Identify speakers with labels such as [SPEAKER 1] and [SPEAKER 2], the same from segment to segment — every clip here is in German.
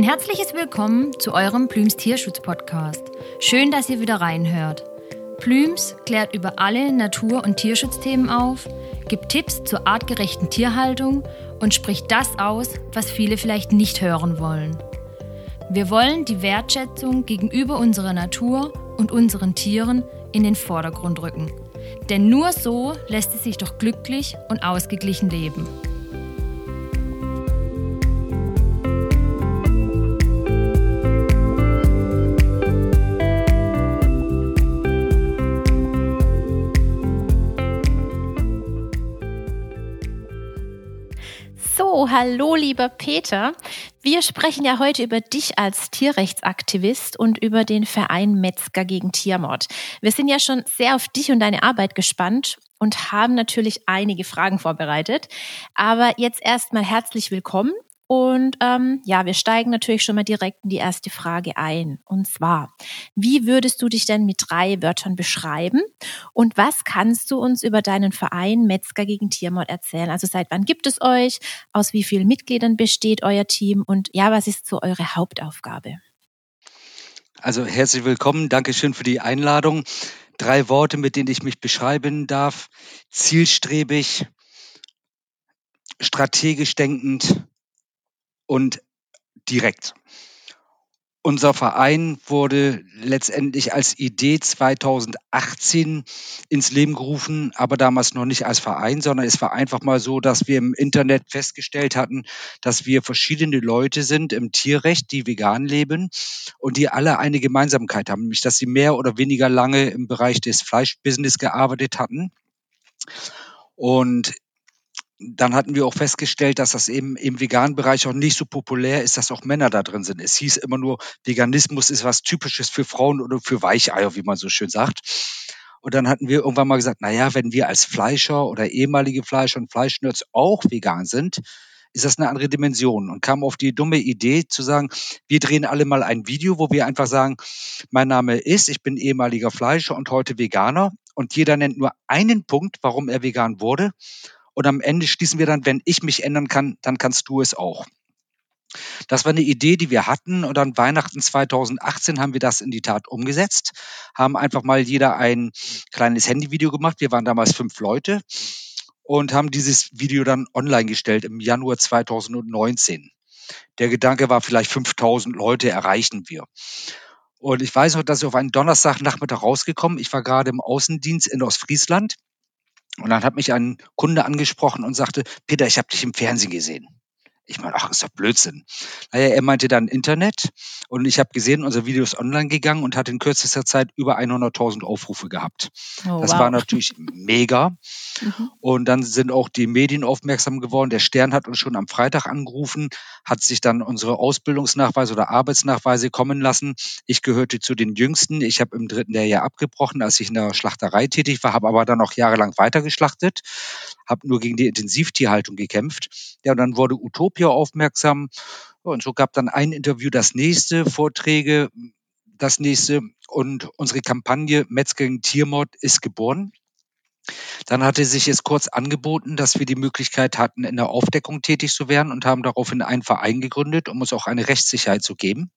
[SPEAKER 1] herzliches Willkommen zu eurem Plüms Tierschutz-Podcast. Schön, dass ihr wieder reinhört. Plüms klärt über alle Natur- und Tierschutzthemen auf, gibt Tipps zur artgerechten Tierhaltung und spricht das aus, was viele vielleicht nicht hören wollen. Wir wollen die Wertschätzung gegenüber unserer Natur und unseren Tieren in den Vordergrund rücken. Denn nur so lässt es sich doch glücklich und ausgeglichen leben.
[SPEAKER 2] So, hallo lieber Peter. Wir sprechen ja heute über dich als Tierrechtsaktivist und über den Verein Metzger gegen Tiermord. Wir sind ja schon sehr auf dich und deine Arbeit gespannt und haben natürlich einige Fragen vorbereitet. Aber jetzt erstmal herzlich willkommen. Und wir steigen natürlich schon mal direkt in die erste Frage ein. Und zwar, wie würdest du dich denn mit 3 Wörtern beschreiben? Und was kannst du uns über deinen Verein Metzger gegen Tiermord erzählen? Also seit wann gibt es euch? Aus wie vielen Mitgliedern besteht euer Team? Und ja, was ist so eure Hauptaufgabe?
[SPEAKER 3] Also herzlich willkommen, Dankeschön für die Einladung. 3 Worte, mit denen ich mich beschreiben darf. Zielstrebig, strategisch denkend und direkt. Unser Verein wurde letztendlich als Idee 2018 ins Leben gerufen, aber damals noch nicht als Verein, sondern es war einfach mal so, dass wir im Internet festgestellt hatten, dass wir verschiedene Leute sind im Tierrecht, die vegan leben und die alle eine Gemeinsamkeit haben, nämlich dass sie mehr oder weniger lange im Bereich des Fleischbusiness gearbeitet hatten. Und dann hatten wir auch festgestellt, dass das eben im veganen Bereich auch nicht so populär ist, dass auch Männer da drin sind. Es hieß immer nur, Veganismus ist was Typisches für Frauen oder für Weicheier, wie man so schön sagt. Und dann hatten wir irgendwann mal gesagt, naja, wenn wir als Fleischer oder ehemalige Fleischer und Fleischnerds auch vegan sind, ist das eine andere Dimension und kam auf die dumme Idee zu sagen, wir drehen alle mal ein Video, wo wir einfach sagen, mein Name ist, ich bin ehemaliger Fleischer und heute Veganer und jeder nennt nur einen Punkt, warum er vegan wurde. Und am Ende schließen wir dann, wenn ich mich ändern kann, dann kannst du es auch. Das war eine Idee, die wir hatten. Und an Weihnachten 2018 haben wir das in die Tat umgesetzt, haben einfach mal jeder ein kleines Handyvideo gemacht. Wir waren damals 5 Leute und haben dieses Video dann online gestellt im Januar 2019. Der Gedanke war, vielleicht 5.000 Leute erreichen wir. Und ich weiß noch, dass ich auf einen Donnerstagnachmittag rausgekommen. Ich war gerade im Außendienst in Ostfriesland. Und dann hat mich ein Kunde angesprochen und sagte, Peter, ich habe dich im Fernsehen gesehen. Ich meine, ach, ist doch Blödsinn. Naja, er meinte dann Internet und ich habe gesehen, unser Video ist online gegangen und hat in kürzester Zeit über 100.000 Aufrufe gehabt.
[SPEAKER 2] Oh,
[SPEAKER 3] das
[SPEAKER 2] wow.
[SPEAKER 3] war natürlich mega. Und dann sind auch die Medien aufmerksam geworden. Der Stern hat uns schon am Freitag angerufen, hat sich dann unsere Ausbildungsnachweise oder Arbeitsnachweise kommen lassen. Ich gehörte zu den Jüngsten. Ich habe im 3. Lehrjahr abgebrochen, als ich in der Schlachterei tätig war, habe aber dann noch jahrelang weiter geschlachtet, habe nur gegen die Intensivtierhaltung gekämpft. Ja, und dann wurde Utopia aufmerksam. Ja, und so gab dann ein Interview das nächste, Vorträge das nächste. Und unsere Kampagne Metzger gegen Tiermord ist geboren. Dann hatte sich es kurz angeboten, dass wir die Möglichkeit hatten, in der Aufdeckung tätig zu werden und haben daraufhin einen Verein gegründet, um uns auch eine Rechtssicherheit zu geben.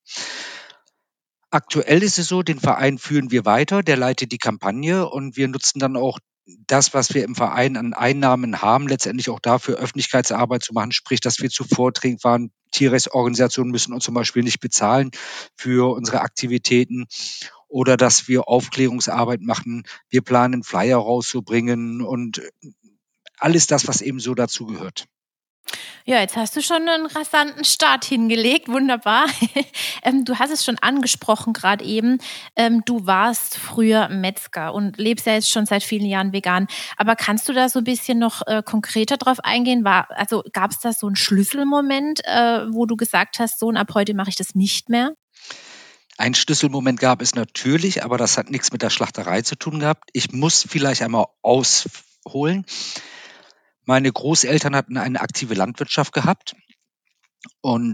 [SPEAKER 3] Aktuell ist es so, den Verein führen wir weiter, der leitet die Kampagne und wir nutzen dann auch das, was wir im Verein an Einnahmen haben, letztendlich auch dafür Öffentlichkeitsarbeit zu machen, sprich, dass wir zu Vorträgen fahren. Tierrechtsorganisationen müssen uns zum Beispiel nicht bezahlen für unsere Aktivitäten oder dass wir Aufklärungsarbeit machen. Wir planen, Flyer rauszubringen und alles das, was eben so dazu gehört.
[SPEAKER 2] Ja, jetzt hast du schon einen rasanten Start hingelegt. Wunderbar. Du hast es schon angesprochen gerade eben. Du warst früher Metzger und lebst ja jetzt schon seit vielen Jahren vegan. Aber kannst du da so ein bisschen noch konkreter drauf eingehen? Gab es da so einen Schlüsselmoment, wo du gesagt hast, so und ab heute mache ich das nicht mehr?
[SPEAKER 3] Ein Schlüsselmoment gab es natürlich, aber das hat nichts mit der Schlachterei zu tun gehabt. Ich muss vielleicht einmal ausholen. Meine Großeltern hatten eine aktive Landwirtschaft gehabt und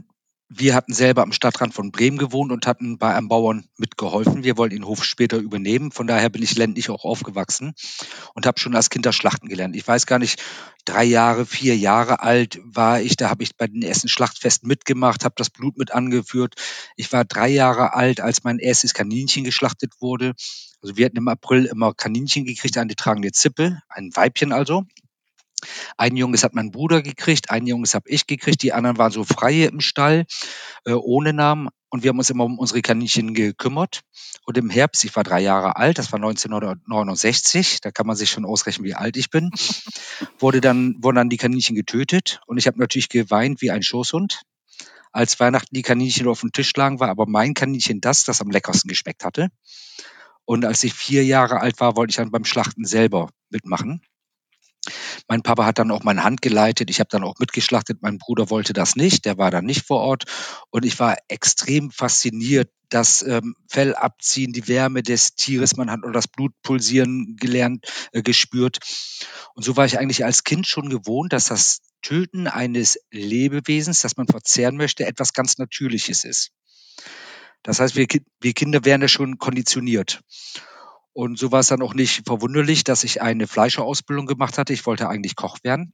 [SPEAKER 3] Wir hatten selber am Stadtrand von Bremen gewohnt und hatten bei einem Bauern mitgeholfen. Wir wollten den Hof später übernehmen. Von daher bin ich ländlich auch aufgewachsen und habe schon als Kind das Schlachten gelernt. Ich weiß gar nicht, 3 Jahre, 4 Jahre alt war ich. Da habe ich bei den ersten Schlachtfesten mitgemacht, habe das Blut mit angeführt. Ich war 3 Jahre alt, als mein erstes Kaninchen geschlachtet wurde. Also wir hatten im April immer Kaninchen gekriegt, eine tragende Zippe, ein Weibchen also. Ein Junges hat mein Bruder gekriegt, ein Junges habe ich gekriegt. Die anderen waren so Freie im Stall, ohne Namen. Und wir haben uns immer um unsere Kaninchen gekümmert. Und im Herbst, ich war 3 Jahre alt, das war 1969, da kann man sich schon ausrechnen, wie alt ich bin, wurden dann die Kaninchen getötet. Und ich habe natürlich geweint wie ein Schoßhund. Als Weihnachten die Kaninchen auf dem Tisch lagen, war aber mein Kaninchen das am leckersten geschmeckt hatte. Und als ich 4 Jahre alt war, wollte ich dann beim Schlachten selber mitmachen. Mein Papa hat dann auch meine Hand geleitet. Ich habe dann auch mitgeschlachtet. Mein Bruder wollte das nicht. Der war dann nicht vor Ort. Und ich war extrem fasziniert. Das Fell abziehen, die Wärme des Tieres, man hat nur das Blut pulsieren gelernt, gespürt. Und so war ich eigentlich als Kind schon gewohnt, dass das Töten eines Lebewesens, das man verzehren möchte, etwas ganz Natürliches ist. Das heißt, wir Kinder werden ja schon konditioniert. Und so war es dann auch nicht verwunderlich, dass ich eine Fleischerausbildung gemacht hatte. Ich wollte eigentlich Koch werden.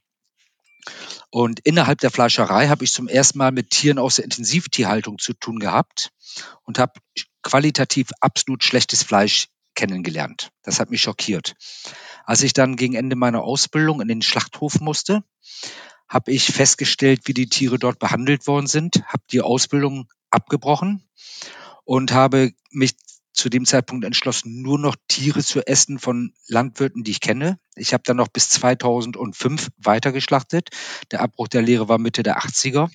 [SPEAKER 3] Und innerhalb der Fleischerei habe ich zum ersten Mal mit Tieren aus der Intensivtierhaltung zu tun gehabt und habe qualitativ absolut schlechtes Fleisch kennengelernt. Das hat mich schockiert. Als ich dann gegen Ende meiner Ausbildung in den Schlachthof musste, habe ich festgestellt, wie die Tiere dort behandelt worden sind, habe die Ausbildung abgebrochen und habe mich zu dem Zeitpunkt entschlossen, nur noch Tiere zu essen von Landwirten, die ich kenne. Ich habe dann noch bis 2005 weitergeschlachtet. Der Abbruch der Lehre war Mitte der 80er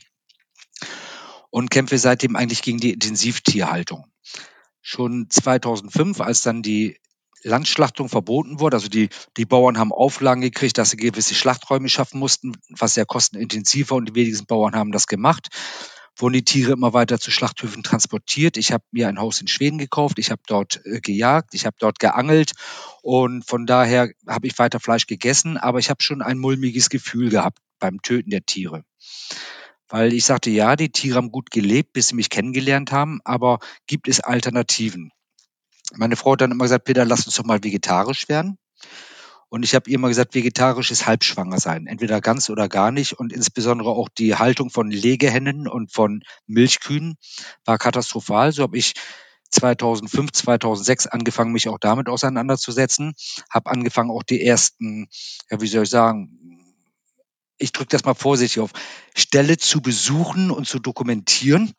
[SPEAKER 3] und kämpfe seitdem eigentlich gegen die Intensivtierhaltung. Schon 2005, als dann die Landschlachtung verboten wurde, also die Bauern haben Auflagen gekriegt, dass sie gewisse Schlachträume schaffen mussten, was sehr kostenintensiver, und die wenigsten Bauern haben das gemacht, wurden die Tiere immer weiter zu Schlachthöfen transportiert. Ich habe mir ein Haus in Schweden gekauft, ich habe dort gejagt, ich habe dort geangelt und von daher habe ich weiter Fleisch gegessen, aber ich habe schon ein mulmiges Gefühl gehabt beim Töten der Tiere. Weil ich sagte, ja, die Tiere haben gut gelebt, bis sie mich kennengelernt haben, aber gibt es Alternativen? Meine Frau hat dann immer gesagt, Peter, lass uns doch mal vegetarisch werden. Und ich habe ihr immer gesagt, vegetarisch ist halbschwanger sein, entweder ganz oder gar nicht. Und insbesondere auch die Haltung von Legehennen und von Milchkühen war katastrophal. So habe ich 2005, 2006 angefangen, mich auch damit auseinanderzusetzen. Habe angefangen, auch die ersten, ja, wie soll ich sagen, ich drücke das mal vorsichtig auf, Ställe zu besuchen und zu dokumentieren.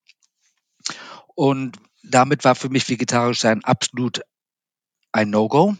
[SPEAKER 3] Und damit war für mich vegetarisch sein absolut ein No-Go.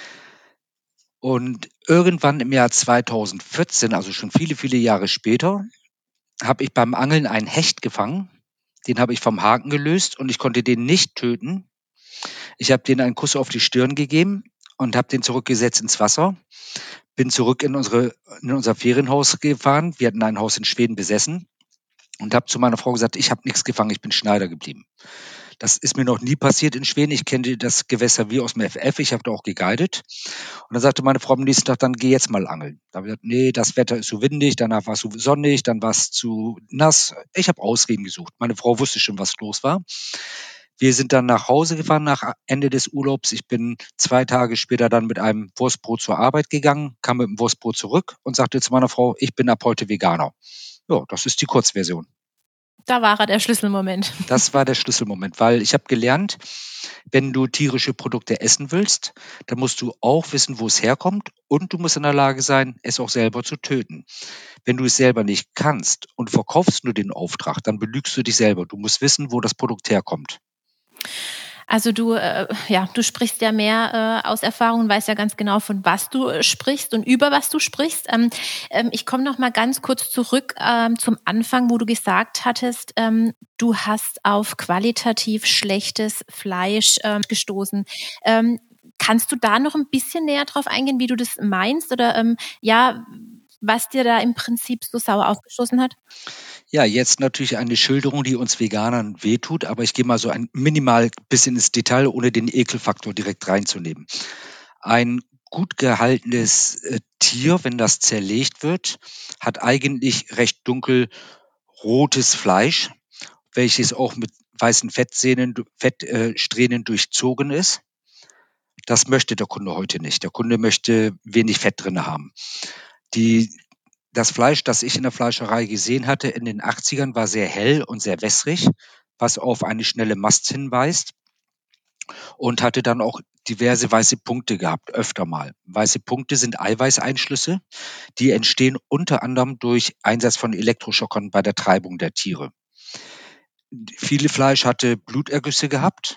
[SPEAKER 3] Und irgendwann im Jahr 2014, also schon viele, viele Jahre später, habe ich beim Angeln einen Hecht gefangen. Den habe ich vom Haken gelöst und ich konnte den nicht töten. Ich habe den einen Kuss auf die Stirn gegeben und habe den zurückgesetzt ins Wasser. Bin zurück in unser Ferienhaus gefahren. Wir hatten ein Haus in Schweden besessen und habe zu meiner Frau gesagt, ich habe nichts gefangen, ich bin Schneider geblieben. Das ist mir noch nie passiert in Schweden. Ich kenne das Gewässer wie aus dem FF. Ich habe da auch geguidet. Und dann sagte meine Frau am nächsten Tag, dann geh jetzt mal angeln. Da habe ich gesagt, nee, das Wetter ist zu windig, danach war es zu sonnig, dann war es zu nass. Ich habe Ausreden gesucht. Meine Frau wusste schon, was los war. Wir sind dann nach Hause gefahren nach Ende des Urlaubs. Ich bin 2 Tage später dann mit einem Wurstbrot zur Arbeit gegangen, kam mit dem Wurstbrot zurück und sagte zu meiner Frau, ich bin ab heute Veganer. Ja, das ist die Kurzversion.
[SPEAKER 2] Da war er der Schlüsselmoment.
[SPEAKER 3] Das war der Schlüsselmoment, weil ich habe gelernt, wenn du tierische Produkte essen willst, dann musst du auch wissen, wo es herkommt und du musst in der Lage sein, es auch selber zu töten. Wenn du es selber nicht kannst und verkaufst nur den Auftrag, dann belügst du dich selber. Du musst wissen, wo das Produkt herkommt.
[SPEAKER 2] Also du sprichst ja mehr aus Erfahrung und weißt ja ganz genau, von was du sprichst und über was du sprichst. Ich komme noch mal ganz kurz zurück zum Anfang, wo du gesagt hattest, du hast auf qualitativ schlechtes Fleisch gestoßen. Kannst du da noch ein bisschen näher drauf eingehen, wie du das meinst oder was dir da im Prinzip so sauer aufgestoßen hat?
[SPEAKER 3] Ja, jetzt natürlich eine Schilderung, die uns Veganern wehtut, aber ich gehe mal so ein minimal bisschen ins Detail, ohne den Ekelfaktor direkt reinzunehmen. Ein gut gehaltenes Tier, wenn das zerlegt wird, hat eigentlich recht dunkel rotes Fleisch. welches auch mit weißen Fettsträhnen durchzogen ist. Das möchte der Kunde heute nicht. Der Kunde möchte wenig Fett drin haben. Das Fleisch, das ich in der Fleischerei gesehen hatte in den 80ern, war sehr hell und sehr wässrig, was auf eine schnelle Mast hinweist, und hatte dann auch diverse weiße Punkte gehabt, öfter mal. Weiße Punkte sind Eiweißeinschlüsse, die entstehen unter anderem durch Einsatz von Elektroschockern bei der Treibung der Tiere. Viele Fleisch hatte Blutergüsse gehabt.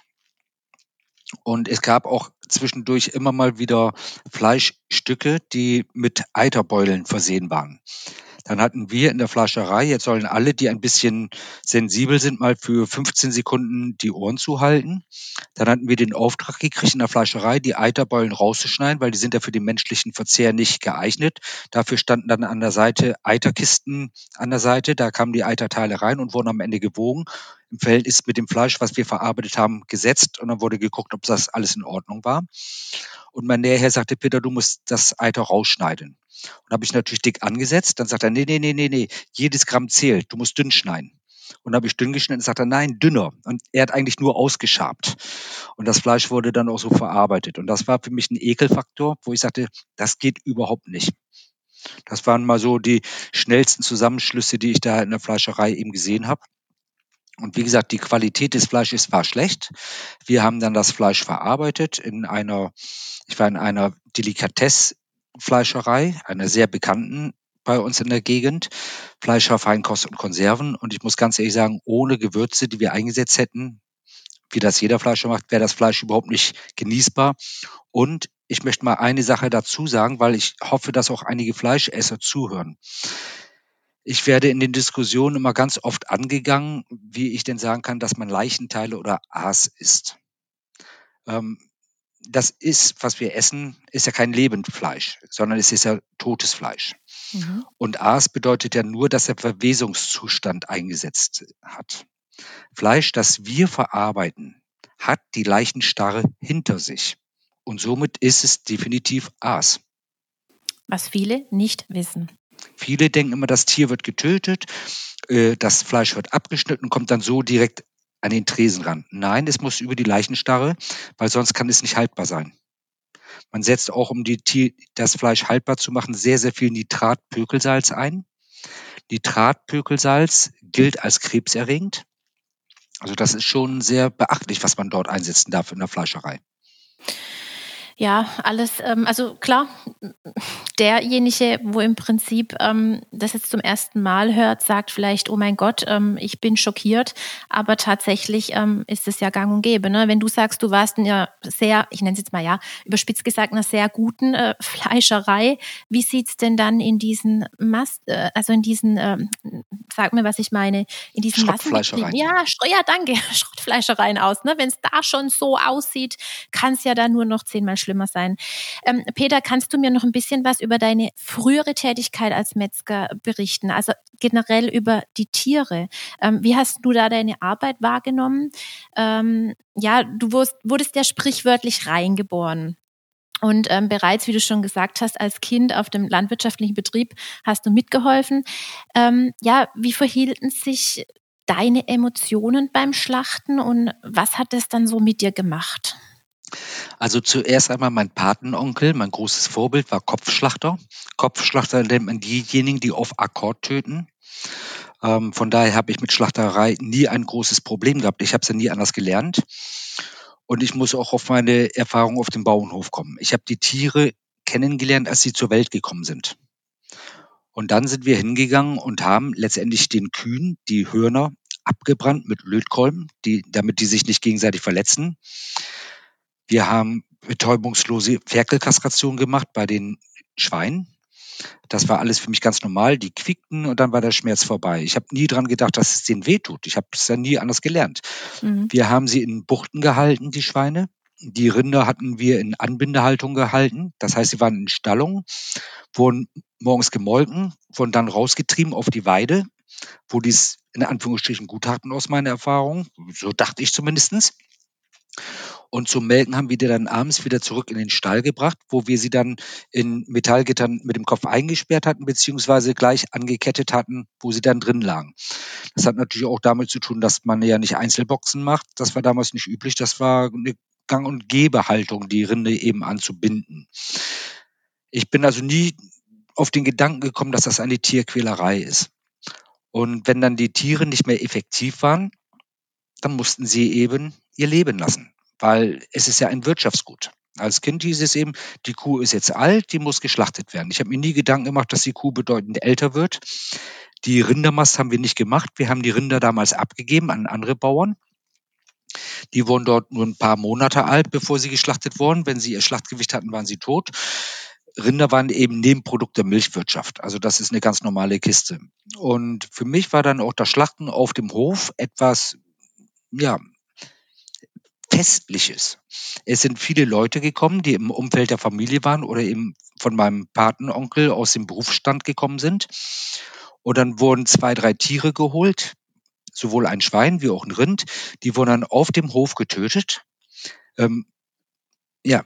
[SPEAKER 3] Und es gab auch zwischendurch immer mal wieder Fleischstücke, die mit Eiterbeulen versehen waren. Dann hatten wir in der Fleischerei, jetzt sollen alle, die ein bisschen sensibel sind, mal für 15 Sekunden die Ohren zuhalten. Dann hatten wir den Auftrag gekriegt in der Fleischerei, die Eiterbeulen rauszuschneiden, weil die sind ja für den menschlichen Verzehr nicht geeignet. Dafür standen dann an der Seite Eiterkisten an der Seite. Da kamen die Eiterteile rein und wurden am Ende gewogen. Im Verhältnis mit dem Fleisch, was wir verarbeitet haben, gesetzt. Und dann wurde geguckt, ob das alles in Ordnung war. Und mein Näherherr sagte, Peter, du musst das Eiter rausschneiden. Und habe ich natürlich dick angesetzt. Dann sagt er, nee, jedes Gramm zählt. Du musst dünn schneiden. Und habe ich dünn geschnitten, sagt er, nein, dünner. Und er hat eigentlich nur ausgeschabt. Und das Fleisch wurde dann auch so verarbeitet. Und das war für mich ein Ekelfaktor, wo ich sagte, das geht überhaupt nicht. Das waren mal so die schnellsten Zusammenschlüsse, die ich da in der Fleischerei eben gesehen habe. Und wie gesagt, die Qualität des Fleisches war schlecht. Wir haben dann das Fleisch verarbeitet ich war in einer Delikatessfleischerei, einer sehr bekannten bei uns in der Gegend, Fleischer, Feinkost und Konserven. Und ich muss ganz ehrlich sagen, ohne Gewürze, die wir eingesetzt hätten, wie das jeder Fleischer macht, wäre das Fleisch überhaupt nicht genießbar. Und ich möchte mal eine Sache dazu sagen, weil ich hoffe, dass auch einige Fleischesser zuhören. Ich werde in den Diskussionen immer ganz oft angegangen, wie ich denn sagen kann, dass man Leichenteile oder Aas isst. Das ist, was wir essen, ist ja kein Lebendfleisch, sondern es ist ja totes Fleisch. Mhm. Und Aas bedeutet ja nur, dass der Verwesungszustand eingesetzt hat. Fleisch, das wir verarbeiten, hat die Leichenstarre hinter sich. Und somit ist es definitiv Aas.
[SPEAKER 2] Was viele nicht wissen.
[SPEAKER 3] Viele denken immer, das Tier wird getötet, das Fleisch wird abgeschnitten, kommt dann so direkt an den Tresen ran. Nein, es muss über die Leichenstarre, weil sonst kann es nicht haltbar sein. Man setzt auch, um das Fleisch haltbar zu machen, sehr, sehr viel Nitratpökelsalz ein. Nitratpökelsalz gilt als krebserregend. Also das ist schon sehr beachtlich, was man dort einsetzen darf in der Fleischerei.
[SPEAKER 2] Ja, alles, also klar, derjenige, wo im Prinzip das jetzt zum ersten Mal hört, sagt vielleicht, oh mein Gott, ich bin schockiert, aber tatsächlich ist es ja gang und gäbe. Ne? Wenn du sagst, du warst in einer sehr, ich nenne es jetzt mal überspitzt gesagt, einer sehr guten Fleischerei, wie sieht's denn dann in diesen sag mir, was ich meine, in diesen
[SPEAKER 3] Schrottfleischereien.
[SPEAKER 2] Ja, danke, Schrottfleischereien aus. Ne? Wenn es da schon so aussieht, kann es ja dann nur noch 10-mal schlimmer sein. Peter, kannst du mir noch ein bisschen was über deine frühere Tätigkeit als Metzger berichten? Also generell über die Tiere. Wie hast du da deine Arbeit wahrgenommen? Du wurdest ja sprichwörtlich reingeboren. Und bereits, wie du schon gesagt hast, als Kind auf dem landwirtschaftlichen Betrieb hast du mitgeholfen. Wie verhielten sich deine Emotionen beim Schlachten und was hat es dann so mit dir gemacht?
[SPEAKER 3] Also zuerst einmal mein Patenonkel, mein großes Vorbild, war Kopfschlachter. Kopfschlachter nennt man diejenigen, die auf Akkord töten. Von daher habe ich mit Schlachterei nie ein großes Problem gehabt. Ich habe es ja nie anders gelernt. Und ich muss auch auf meine Erfahrung auf dem Bauernhof kommen. Ich habe die Tiere kennengelernt, als sie zur Welt gekommen sind. Und dann sind wir hingegangen und haben letztendlich den Kühen die Hörner abgebrannt mit Lötkolben, damit die sich nicht gegenseitig verletzen. Wir haben betäubungslose Ferkelkastration gemacht bei den Schweinen. Das war alles für mich ganz normal. Die quiekten und dann war der Schmerz vorbei. Ich habe nie dran gedacht, dass es denen wehtut. Ich habe es ja nie anders gelernt. Mhm. Wir haben sie in Buchten gehalten, die Schweine. Die Rinder hatten wir in Anbindehaltung gehalten. Das heißt, sie waren in Stallungen, wurden morgens gemolken, wurden dann rausgetrieben auf die Weide, wo die es in Anführungsstrichen gut hatten aus meiner Erfahrung. So dachte ich zumindest. Und zum Melken haben wir die dann abends wieder zurück in den Stall gebracht, wo wir sie dann in Metallgittern mit dem Kopf eingesperrt hatten, beziehungsweise gleich angekettet hatten, wo sie dann drin lagen. Das hat natürlich auch damit zu tun, dass man ja nicht Einzelboxen macht. Das war damals nicht üblich. Das war eine Gang- und Gäbe-Haltung, die Rinde eben anzubinden. Ich bin also nie auf den Gedanken gekommen, dass das eine Tierquälerei ist. Und wenn dann die Tiere nicht mehr effektiv waren, dann mussten sie eben ihr Leben lassen, weil es ist ja ein Wirtschaftsgut. Als Kind hieß es eben, die Kuh ist jetzt alt, die muss geschlachtet werden. Ich habe mir nie Gedanken gemacht, dass die Kuh bedeutend älter wird. Die Rindermast haben wir nicht gemacht. Wir haben die Rinder damals abgegeben an andere Bauern. Die wurden dort nur ein paar Monate alt, bevor sie geschlachtet wurden. Wenn sie ihr Schlachtgewicht hatten, waren sie tot. Rinder waren eben Nebenprodukt der Milchwirtschaft. Also das ist eine ganz normale Kiste. Und für mich war dann auch das Schlachten auf dem Hof etwas, ja, Festliches. Es sind viele Leute gekommen, die im Umfeld der Familie waren oder eben von meinem Patenonkel aus dem Berufsstand gekommen sind. Und dann wurden 2, 3 Tiere geholt, sowohl ein Schwein wie auch ein Rind. Die wurden dann auf dem Hof getötet. Ähm, ja,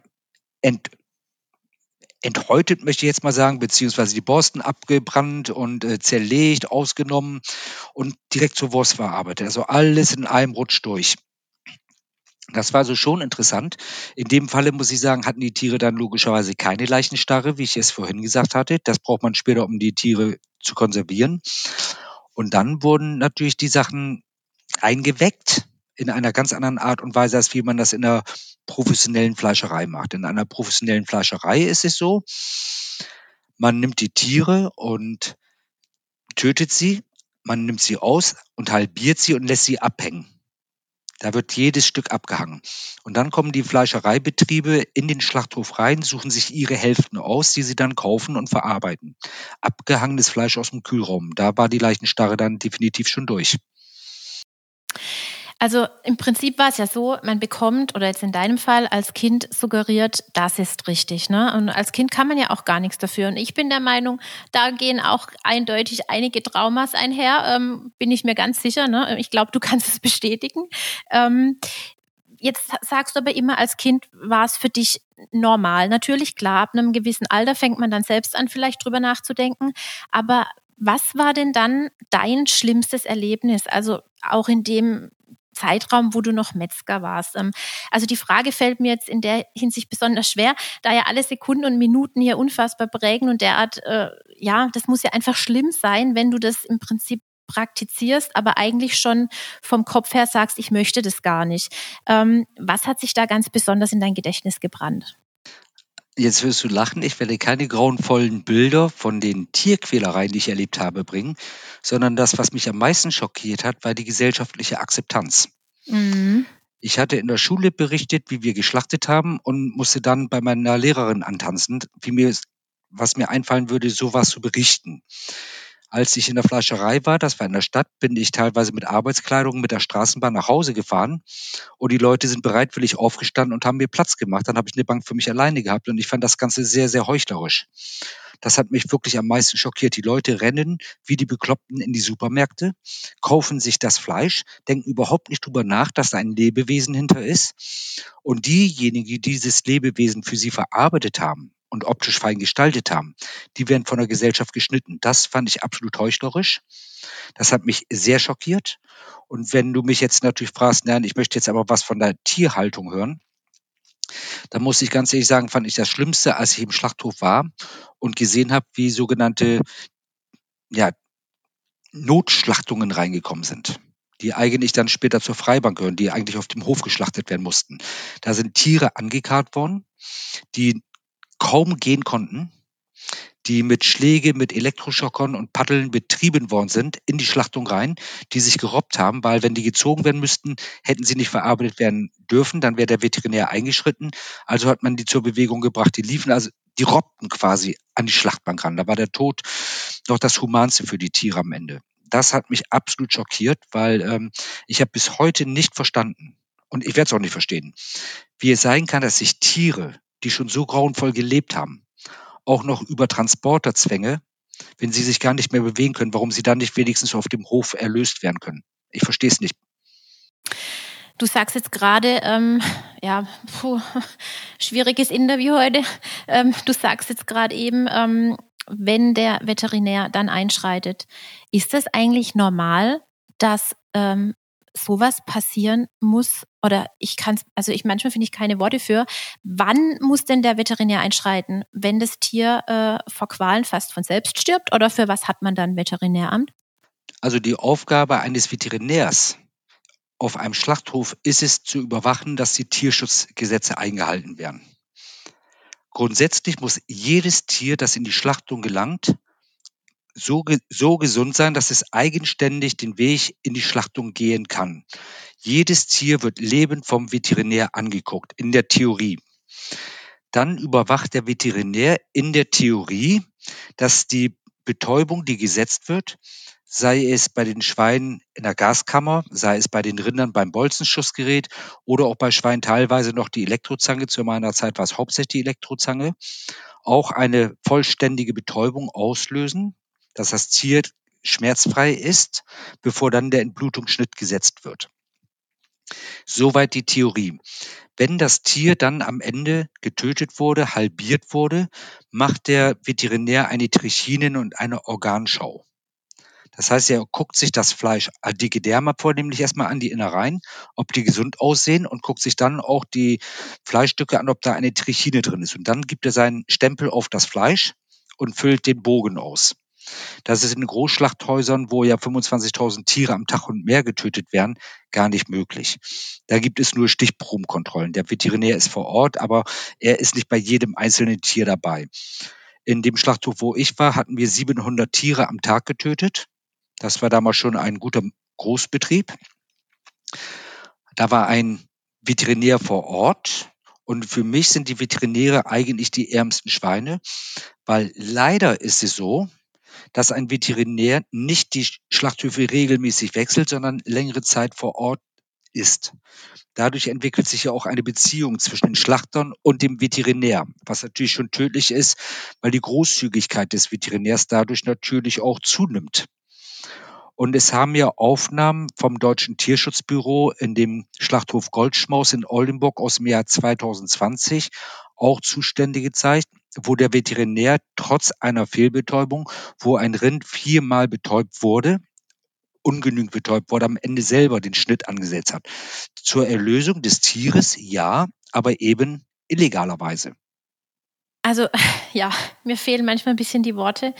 [SPEAKER 3] enthäutet, möchte ich jetzt mal sagen, beziehungsweise die Borsten abgebrannt und zerlegt, ausgenommen und direkt zur Wurst verarbeitet. Also alles in einem Rutsch durch. Das war also schon interessant. In dem Falle muss ich sagen, hatten die Tiere dann logischerweise keine Leichenstarre, wie ich es vorhin gesagt hatte. Das braucht man später, um die Tiere zu konservieren. Und dann wurden natürlich die Sachen eingeweckt in einer ganz anderen Art und Weise, als wie man das in einer professionellen Fleischerei macht. In einer professionellen Fleischerei ist es so, man nimmt die Tiere und tötet sie, man nimmt sie aus und halbiert sie und lässt sie abhängen. Da wird jedes Stück abgehangen. Und dann kommen die Fleischereibetriebe in den Schlachthof rein, suchen sich ihre Hälften aus, die sie dann kaufen und verarbeiten. Abgehangenes Fleisch aus dem Kühlraum. Da war die Leichenstarre dann definitiv schon durch.
[SPEAKER 2] Also im Prinzip war es ja so, man bekommt, oder jetzt in deinem Fall als Kind suggeriert, das ist richtig, ne? Und als Kind kann man ja auch gar nichts dafür. Und ich bin der Meinung, da gehen auch eindeutig einige Traumas einher, bin ich mir ganz sicher, ne? Ich glaube, du kannst es bestätigen. Jetzt sagst du aber immer, als Kind war es für dich normal. Natürlich, klar, ab einem gewissen Alter fängt man dann selbst an, vielleicht drüber nachzudenken. Aber was war denn dann dein schlimmstes Erlebnis? Also auch in dem Zeitraum, wo du noch Metzger warst. Also die Frage fällt mir jetzt in der Hinsicht besonders schwer, da ja alle Sekunden und Minuten hier unfassbar prägen und derart, das muss ja einfach schlimm sein, wenn du das im Prinzip praktizierst, aber eigentlich schon vom Kopf her sagst, ich möchte das gar nicht. Was hat sich da ganz besonders in dein Gedächtnis gebrannt?
[SPEAKER 3] Jetzt wirst du lachen, ich werde keine grauenvollen Bilder von den Tierquälereien, die ich erlebt habe, bringen, sondern das, was mich am meisten schockiert hat, war die gesellschaftliche Akzeptanz.
[SPEAKER 2] Mhm.
[SPEAKER 3] Ich hatte in der Schule berichtet, wie wir geschlachtet haben und musste dann bei meiner Lehrerin antanzen, was mir einfallen würde, sowas zu berichten. Als ich in der Fleischerei war, das war in der Stadt, bin ich teilweise mit Arbeitskleidung mit der Straßenbahn nach Hause gefahren und die Leute sind bereitwillig aufgestanden und haben mir Platz gemacht. Dann habe ich eine Bank für mich alleine gehabt und ich fand das Ganze sehr, sehr heuchlerisch. Das hat mich wirklich am meisten schockiert. Die Leute rennen wie die Bekloppten in die Supermärkte, kaufen sich das Fleisch, denken überhaupt nicht drüber nach, dass da ein Lebewesen hinter ist. Und diejenigen, die dieses Lebewesen für sie verarbeitet haben und optisch fein gestaltet haben, die werden von der Gesellschaft geschnitten. Das fand ich absolut heuchlerisch. Das hat mich sehr schockiert. Und wenn du mich jetzt natürlich fragst, nein, ich möchte jetzt aber was von der Tierhaltung hören, dann muss ich ganz ehrlich sagen, fand ich das Schlimmste, als ich im Schlachthof war und gesehen habe, wie sogenannte Notschlachtungen reingekommen sind, die eigentlich dann später zur Freibank gehören, die eigentlich auf dem Hof geschlachtet werden mussten. Da sind Tiere angekarrt worden, die kaum gehen konnten, die mit Schläge, mit Elektroschockern und Paddeln betrieben worden sind in die Schlachtung rein, die sich gerobbt haben, weil wenn die gezogen werden müssten, hätten sie nicht verarbeitet werden dürfen, dann wäre der Veterinär eingeschritten. Also hat man die zur Bewegung gebracht. Die liefen also, die robbten quasi an die Schlachtbank ran. Da war der Tod noch das Humanste für die Tiere am Ende. Das hat mich absolut schockiert, weil ich habe bis heute nicht verstanden und ich werde es auch nicht verstehen, wie es sein kann, dass sich Tiere, die schon so grauenvoll gelebt haben, auch noch über Transporterzwänge, wenn sie sich gar nicht mehr bewegen können, warum sie dann nicht wenigstens auf dem Hof erlöst werden können. Ich verstehe es nicht.
[SPEAKER 2] Du sagst jetzt gerade, schwieriges Interview heute. Du sagst jetzt gerade eben, wenn der Veterinär dann einschreitet, ist das eigentlich normal, dass sowas passieren muss? Oder manchmal finde ich keine Worte für. Wann muss denn der Veterinär einschreiten? Wenn das Tier vor Qualen fast von selbst stirbt? Oder für was hat man dann Veterinäramt?
[SPEAKER 3] Also die Aufgabe eines Veterinärs auf einem Schlachthof ist es, zu überwachen, dass die Tierschutzgesetze eingehalten werden. Grundsätzlich muss jedes Tier, das in die Schlachtung gelangt, so gesund sein, dass es eigenständig den Weg in die Schlachtung gehen kann. Jedes Tier wird lebend vom Veterinär angeguckt, in der Theorie. Dann überwacht der Veterinär in der Theorie, dass die Betäubung, die gesetzt wird, sei es bei den Schweinen in der Gaskammer, sei es bei den Rindern beim Bolzenschussgerät oder auch bei Schweinen teilweise noch die Elektrozange, zu meiner Zeit war es hauptsächlich die Elektrozange, auch eine vollständige Betäubung auslösen, dass das Tier schmerzfrei ist, bevor dann der Entblutungsschnitt gesetzt wird. Soweit die Theorie. Wenn das Tier dann am Ende getötet wurde, halbiert wurde, macht der Veterinär eine Trichinen- und eine Organschau. Das heißt, er guckt sich das Fleisch, die Gedärme vornehmlich erstmal an, die Innereien, ob die gesund aussehen und guckt sich dann auch die Fleischstücke an, ob da eine Trichine drin ist. Und dann gibt er seinen Stempel auf das Fleisch und füllt den Bogen aus. Das ist in Großschlachthäusern, wo ja 25.000 Tiere am Tag und mehr getötet werden, gar nicht möglich. Da gibt es nur Stichprobenkontrollen. Der Veterinär ist vor Ort, aber er ist nicht bei jedem einzelnen Tier dabei. In dem Schlachthof, wo ich war, hatten wir 700 Tiere am Tag getötet. Das war damals schon ein guter Großbetrieb. Da war ein Veterinär vor Ort. Und für mich sind die Veterinäre eigentlich die ärmsten Schweine, weil leider ist es so, dass ein Veterinär nicht die Schlachthöfe regelmäßig wechselt, sondern längere Zeit vor Ort ist. Dadurch entwickelt sich ja auch eine Beziehung zwischen den Schlachtern und dem Veterinär, was natürlich schon tödlich ist, weil die Großzügigkeit des Veterinärs dadurch natürlich auch zunimmt. Und es haben ja Aufnahmen vom Deutschen Tierschutzbüro in dem Schlachthof Goldschmaus in Oldenburg aus dem Jahr 2020 auch Zustände gezeigt, wo der Veterinär trotz einer Fehlbetäubung, wo ein Rind 4-mal betäubt wurde, ungenügend betäubt wurde, am Ende selber den Schnitt angesetzt hat. Zur Erlösung des Tieres, ja, aber eben illegalerweise.
[SPEAKER 2] Also ja, mir fehlen manchmal ein bisschen die Worte.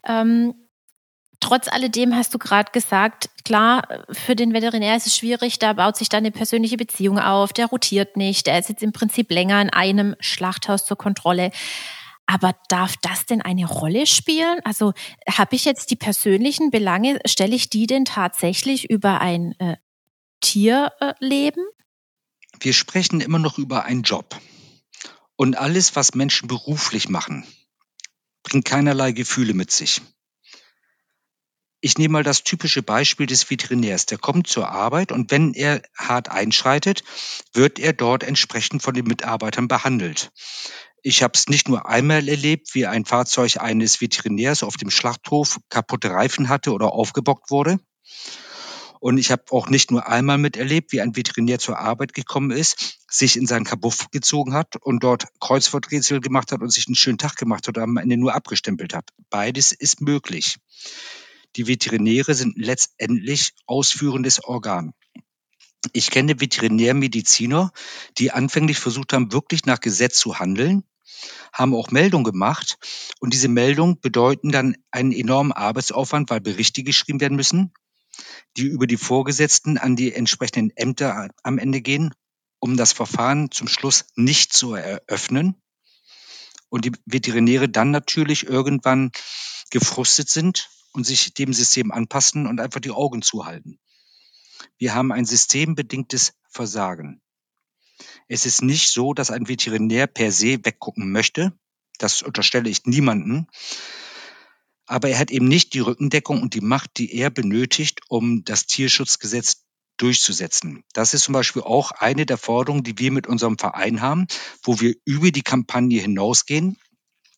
[SPEAKER 2] Trotz alledem hast du gerade gesagt, klar, für den Veterinär ist es schwierig, da baut sich dann eine persönliche Beziehung auf, der rotiert nicht, der ist jetzt im Prinzip länger in einem Schlachthaus zur Kontrolle. Aber darf das denn eine Rolle spielen? Also habe ich jetzt die persönlichen Belange, stelle ich die denn tatsächlich über ein Tierleben?
[SPEAKER 3] Wir sprechen immer noch über einen Job. Und alles, was Menschen beruflich machen, bringt keinerlei Gefühle mit sich. Ich nehme mal das typische Beispiel des Veterinärs. Der kommt zur Arbeit und wenn er hart einschreitet, wird er dort entsprechend von den Mitarbeitern behandelt. Ich habe es nicht nur einmal erlebt, wie ein Fahrzeug eines Veterinärs auf dem Schlachthof kaputte Reifen hatte oder aufgebockt wurde. Und ich habe auch nicht nur einmal miterlebt, wie ein Veterinär zur Arbeit gekommen ist, sich in seinen Kabuff gezogen hat und dort Kreuzworträtsel gemacht hat und sich einen schönen Tag gemacht hat und am Ende nur abgestempelt hat. Beides ist möglich. Die Veterinäre sind letztendlich ausführendes Organ. Ich kenne Veterinärmediziner, die anfänglich versucht haben, wirklich nach Gesetz zu handeln, haben auch Meldungen gemacht und diese Meldungen bedeuten dann einen enormen Arbeitsaufwand, weil Berichte geschrieben werden müssen, die über die Vorgesetzten an die entsprechenden Ämter am Ende gehen, um das Verfahren zum Schluss nicht zu eröffnen. Und die Veterinäre dann natürlich irgendwann gefrustet sind und sich dem System anpassen und einfach die Augen zuhalten. Wir haben ein systembedingtes Versagen. Es ist nicht so, dass ein Veterinär per se weggucken möchte. Das unterstelle ich niemanden. Aber er hat eben nicht die Rückendeckung und die Macht, die er benötigt, um das Tierschutzgesetz durchzusetzen. Das ist zum Beispiel auch eine der Forderungen, die wir mit unserem Verein haben, wo wir über die Kampagne hinausgehen.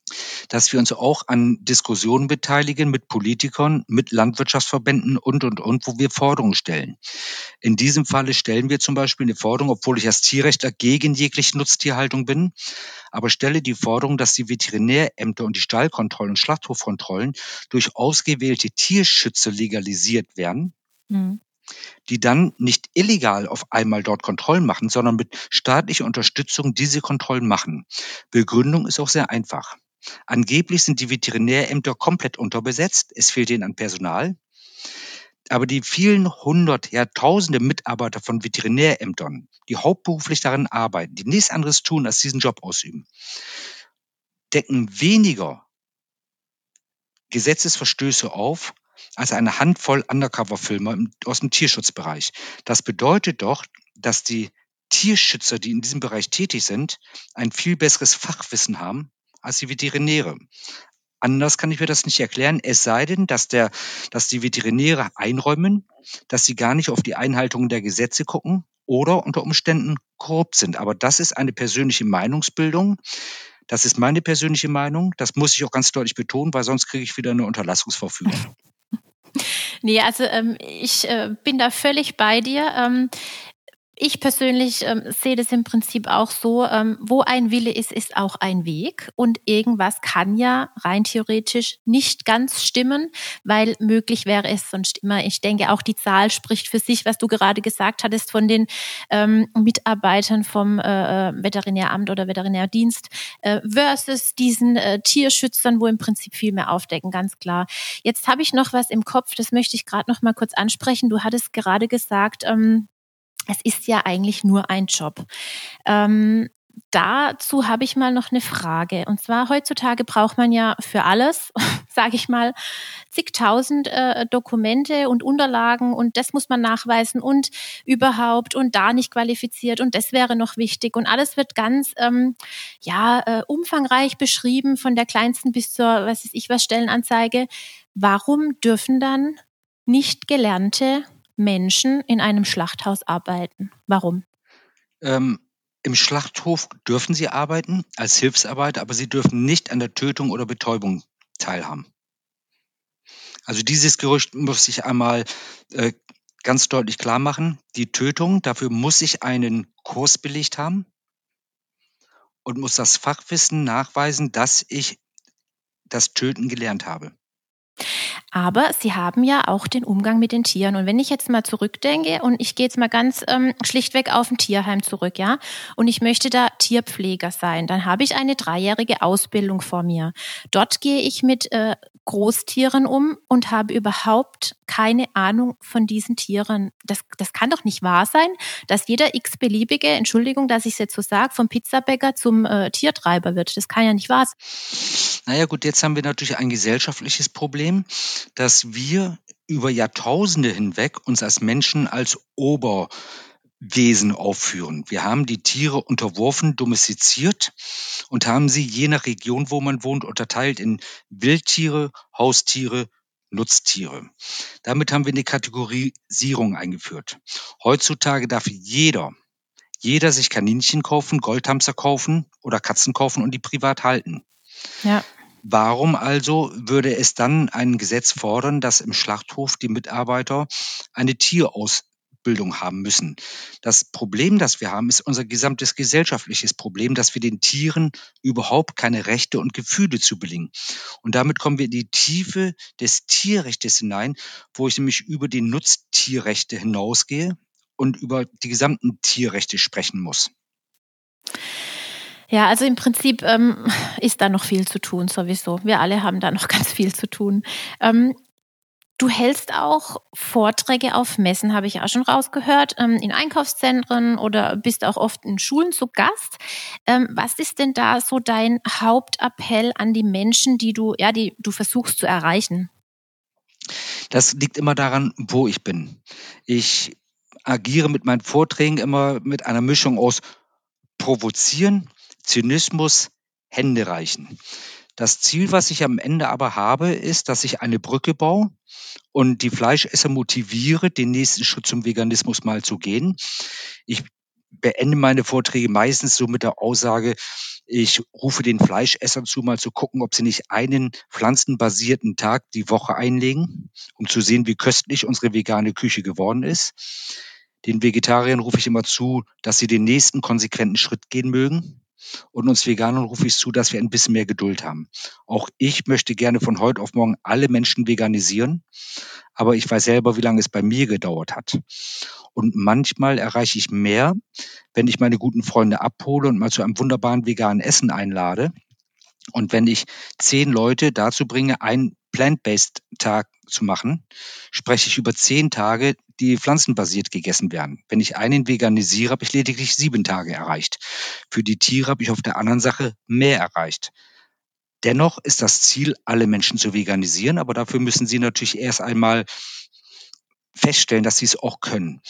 [SPEAKER 3] dass wir uns auch an Diskussionen beteiligen mit Politikern, mit Landwirtschaftsverbänden und, wo wir Forderungen stellen. In diesem Falle stellen wir zum Beispiel eine Forderung, obwohl ich als Tierrechtler gegen jegliche Nutztierhaltung bin, aber stelle die Forderung, dass die Veterinärämter und die Stallkontrollen und Schlachthofkontrollen durch ausgewählte Tierschützer legalisiert werden, die dann nicht illegal auf einmal dort Kontrollen machen, sondern mit staatlicher Unterstützung diese Kontrollen machen. Begründung ist auch sehr einfach. Angeblich sind die Veterinärämter komplett unterbesetzt, es fehlt ihnen an Personal. Aber die vielen hundert, ja tausende Mitarbeiter von Veterinärämtern, die hauptberuflich darin arbeiten, die nichts anderes tun, als diesen Job ausüben, decken weniger Gesetzesverstöße auf als eine Handvoll Undercover-Filmer aus dem Tierschutzbereich. Das bedeutet doch, dass die Tierschützer, die in diesem Bereich tätig sind, ein viel besseres Fachwissen haben als die Veterinäre. Anders kann ich mir das nicht erklären, es sei denn, dass die Veterinäre einräumen, dass sie gar nicht auf die Einhaltung der Gesetze gucken oder unter Umständen korrupt sind. Aber das ist eine persönliche Meinungsbildung. Das ist meine persönliche Meinung. Das muss ich auch ganz deutlich betonen, weil sonst kriege ich wieder eine Unterlassungsverfügung.
[SPEAKER 2] Nee, also ich bin da völlig bei dir. Ich persönlich sehe das im Prinzip auch so, wo ein Wille ist, ist auch ein Weg. Und irgendwas kann ja rein theoretisch nicht ganz stimmen, weil möglich wäre es sonst immer. Ich denke, auch die Zahl spricht für sich, was du gerade gesagt hattest von den Mitarbeitern vom Veterinäramt oder Veterinärdienst versus diesen Tierschützern, wo im Prinzip viel mehr aufdecken, ganz klar. Jetzt habe ich noch was im Kopf, das möchte ich gerade noch mal kurz ansprechen. Du hattest gerade gesagt, es ist ja eigentlich nur ein Job. Dazu habe ich mal noch eine Frage. Und zwar heutzutage braucht man ja für alles, sage ich mal, zigtausend Dokumente und Unterlagen und das muss man nachweisen und überhaupt und da nicht qualifiziert und das wäre noch wichtig und alles wird ganz umfangreich beschrieben, von der kleinsten bis zur, Stellenanzeige. Warum dürfen dann nicht gelernte Menschen in einem Schlachthaus arbeiten? Warum?
[SPEAKER 3] Im Schlachthof dürfen sie arbeiten als Hilfsarbeiter, aber sie dürfen nicht an der Tötung oder Betäubung teilhaben. Also dieses Gerücht muss ich einmal ganz deutlich klar machen. Die Tötung, dafür muss ich einen Kurs belegt haben und muss das Fachwissen nachweisen, dass ich das Töten gelernt habe.
[SPEAKER 2] Aber sie haben ja auch den Umgang mit den Tieren. Und wenn ich jetzt mal zurückdenke und ich gehe jetzt mal ganz schlichtweg auf ein Tierheim zurück, ja, und ich möchte da Tierpfleger sein, dann habe ich eine 3-jährige Ausbildung vor mir. Dort gehe ich mit Großtieren um und habe überhaupt keine Ahnung von diesen Tieren. Das kann doch nicht wahr sein, dass jeder x-beliebige, Entschuldigung, dass ich es jetzt so sage, vom Pizzabäcker zum Tiertreiber wird. Das kann ja nicht wahr sein.
[SPEAKER 3] Naja gut, jetzt haben wir natürlich ein gesellschaftliches Problem, dass wir über Jahrtausende hinweg uns als Menschen als Oberwesen aufführen. Wir haben die Tiere unterworfen, domestiziert und haben sie je nach Region, wo man wohnt, unterteilt in Wildtiere, Haustiere, Nutztiere. Damit haben wir eine Kategorisierung eingeführt. Heutzutage darf jeder sich Kaninchen kaufen, Goldhamster kaufen oder Katzen kaufen und die privat halten.
[SPEAKER 2] Ja.
[SPEAKER 3] Warum also würde es dann ein Gesetz fordern, dass im Schlachthof die Mitarbeiter eine Tierausbildung haben müssen? Das Problem, das wir haben, ist unser gesamtes gesellschaftliches Problem, dass wir den Tieren überhaupt keine Rechte und Gefühle zubilligen. Und damit kommen wir in die Tiefe des Tierrechts hinein, wo ich nämlich über die Nutztierrechte hinausgehe und über die gesamten Tierrechte sprechen muss.
[SPEAKER 2] Ja, also im Prinzip ist da noch viel zu tun sowieso. Wir alle haben da noch ganz viel zu tun. Du hältst auch Vorträge auf Messen, habe ich auch schon rausgehört, in Einkaufszentren oder bist auch oft in Schulen zu Gast. Was ist denn da so dein Hauptappell an die Menschen, die du versuchst zu erreichen?
[SPEAKER 3] Das liegt immer daran, wo ich bin. Ich agiere mit meinen Vorträgen immer mit einer Mischung aus Provozieren, Zynismus, Hände reichen. Das Ziel, was ich am Ende aber habe, ist, dass ich eine Brücke baue und die Fleischesser motiviere, den nächsten Schritt zum Veganismus mal zu gehen. Ich beende meine Vorträge meistens so mit der Aussage, Ich rufe den Fleischessern zu, mal zu gucken, ob sie nicht einen pflanzenbasierten Tag die Woche einlegen, um zu sehen, wie köstlich unsere vegane Küche geworden ist. Den Vegetariern rufe ich immer zu, dass sie den nächsten konsequenten Schritt gehen mögen. Und uns Veganern rufe ich zu, dass wir ein bisschen mehr Geduld haben. Auch ich möchte gerne von heute auf morgen alle Menschen veganisieren. Aber ich weiß selber, wie lange es bei mir gedauert hat. Und manchmal erreiche ich mehr, wenn ich meine guten Freunde abhole und mal zu einem wunderbaren veganen Essen einlade. Und wenn ich 10 Leute dazu bringe, einen Plant-Based-Tag zu machen, spreche ich über 10 Tage, die pflanzenbasiert gegessen werden. Wenn ich einen veganisiere, habe ich lediglich 7 Tage erreicht. Für die Tiere habe ich auf der anderen Sache mehr erreicht. Dennoch ist das Ziel, alle Menschen zu veganisieren, aber dafür müssen sie natürlich erst einmal feststellen, dass sie es auch können.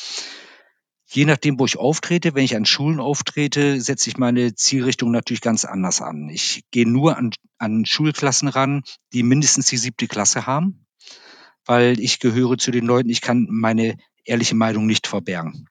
[SPEAKER 3] Je nachdem, wo ich auftrete, wenn ich an Schulen auftrete, setze ich meine Zielrichtung natürlich ganz anders an. Ich gehe nur an Schulklassen ran, die mindestens die 7. Klasse haben, weil ich gehöre zu den Leuten, ich kann meine ehrliche Meinung nicht verbergen.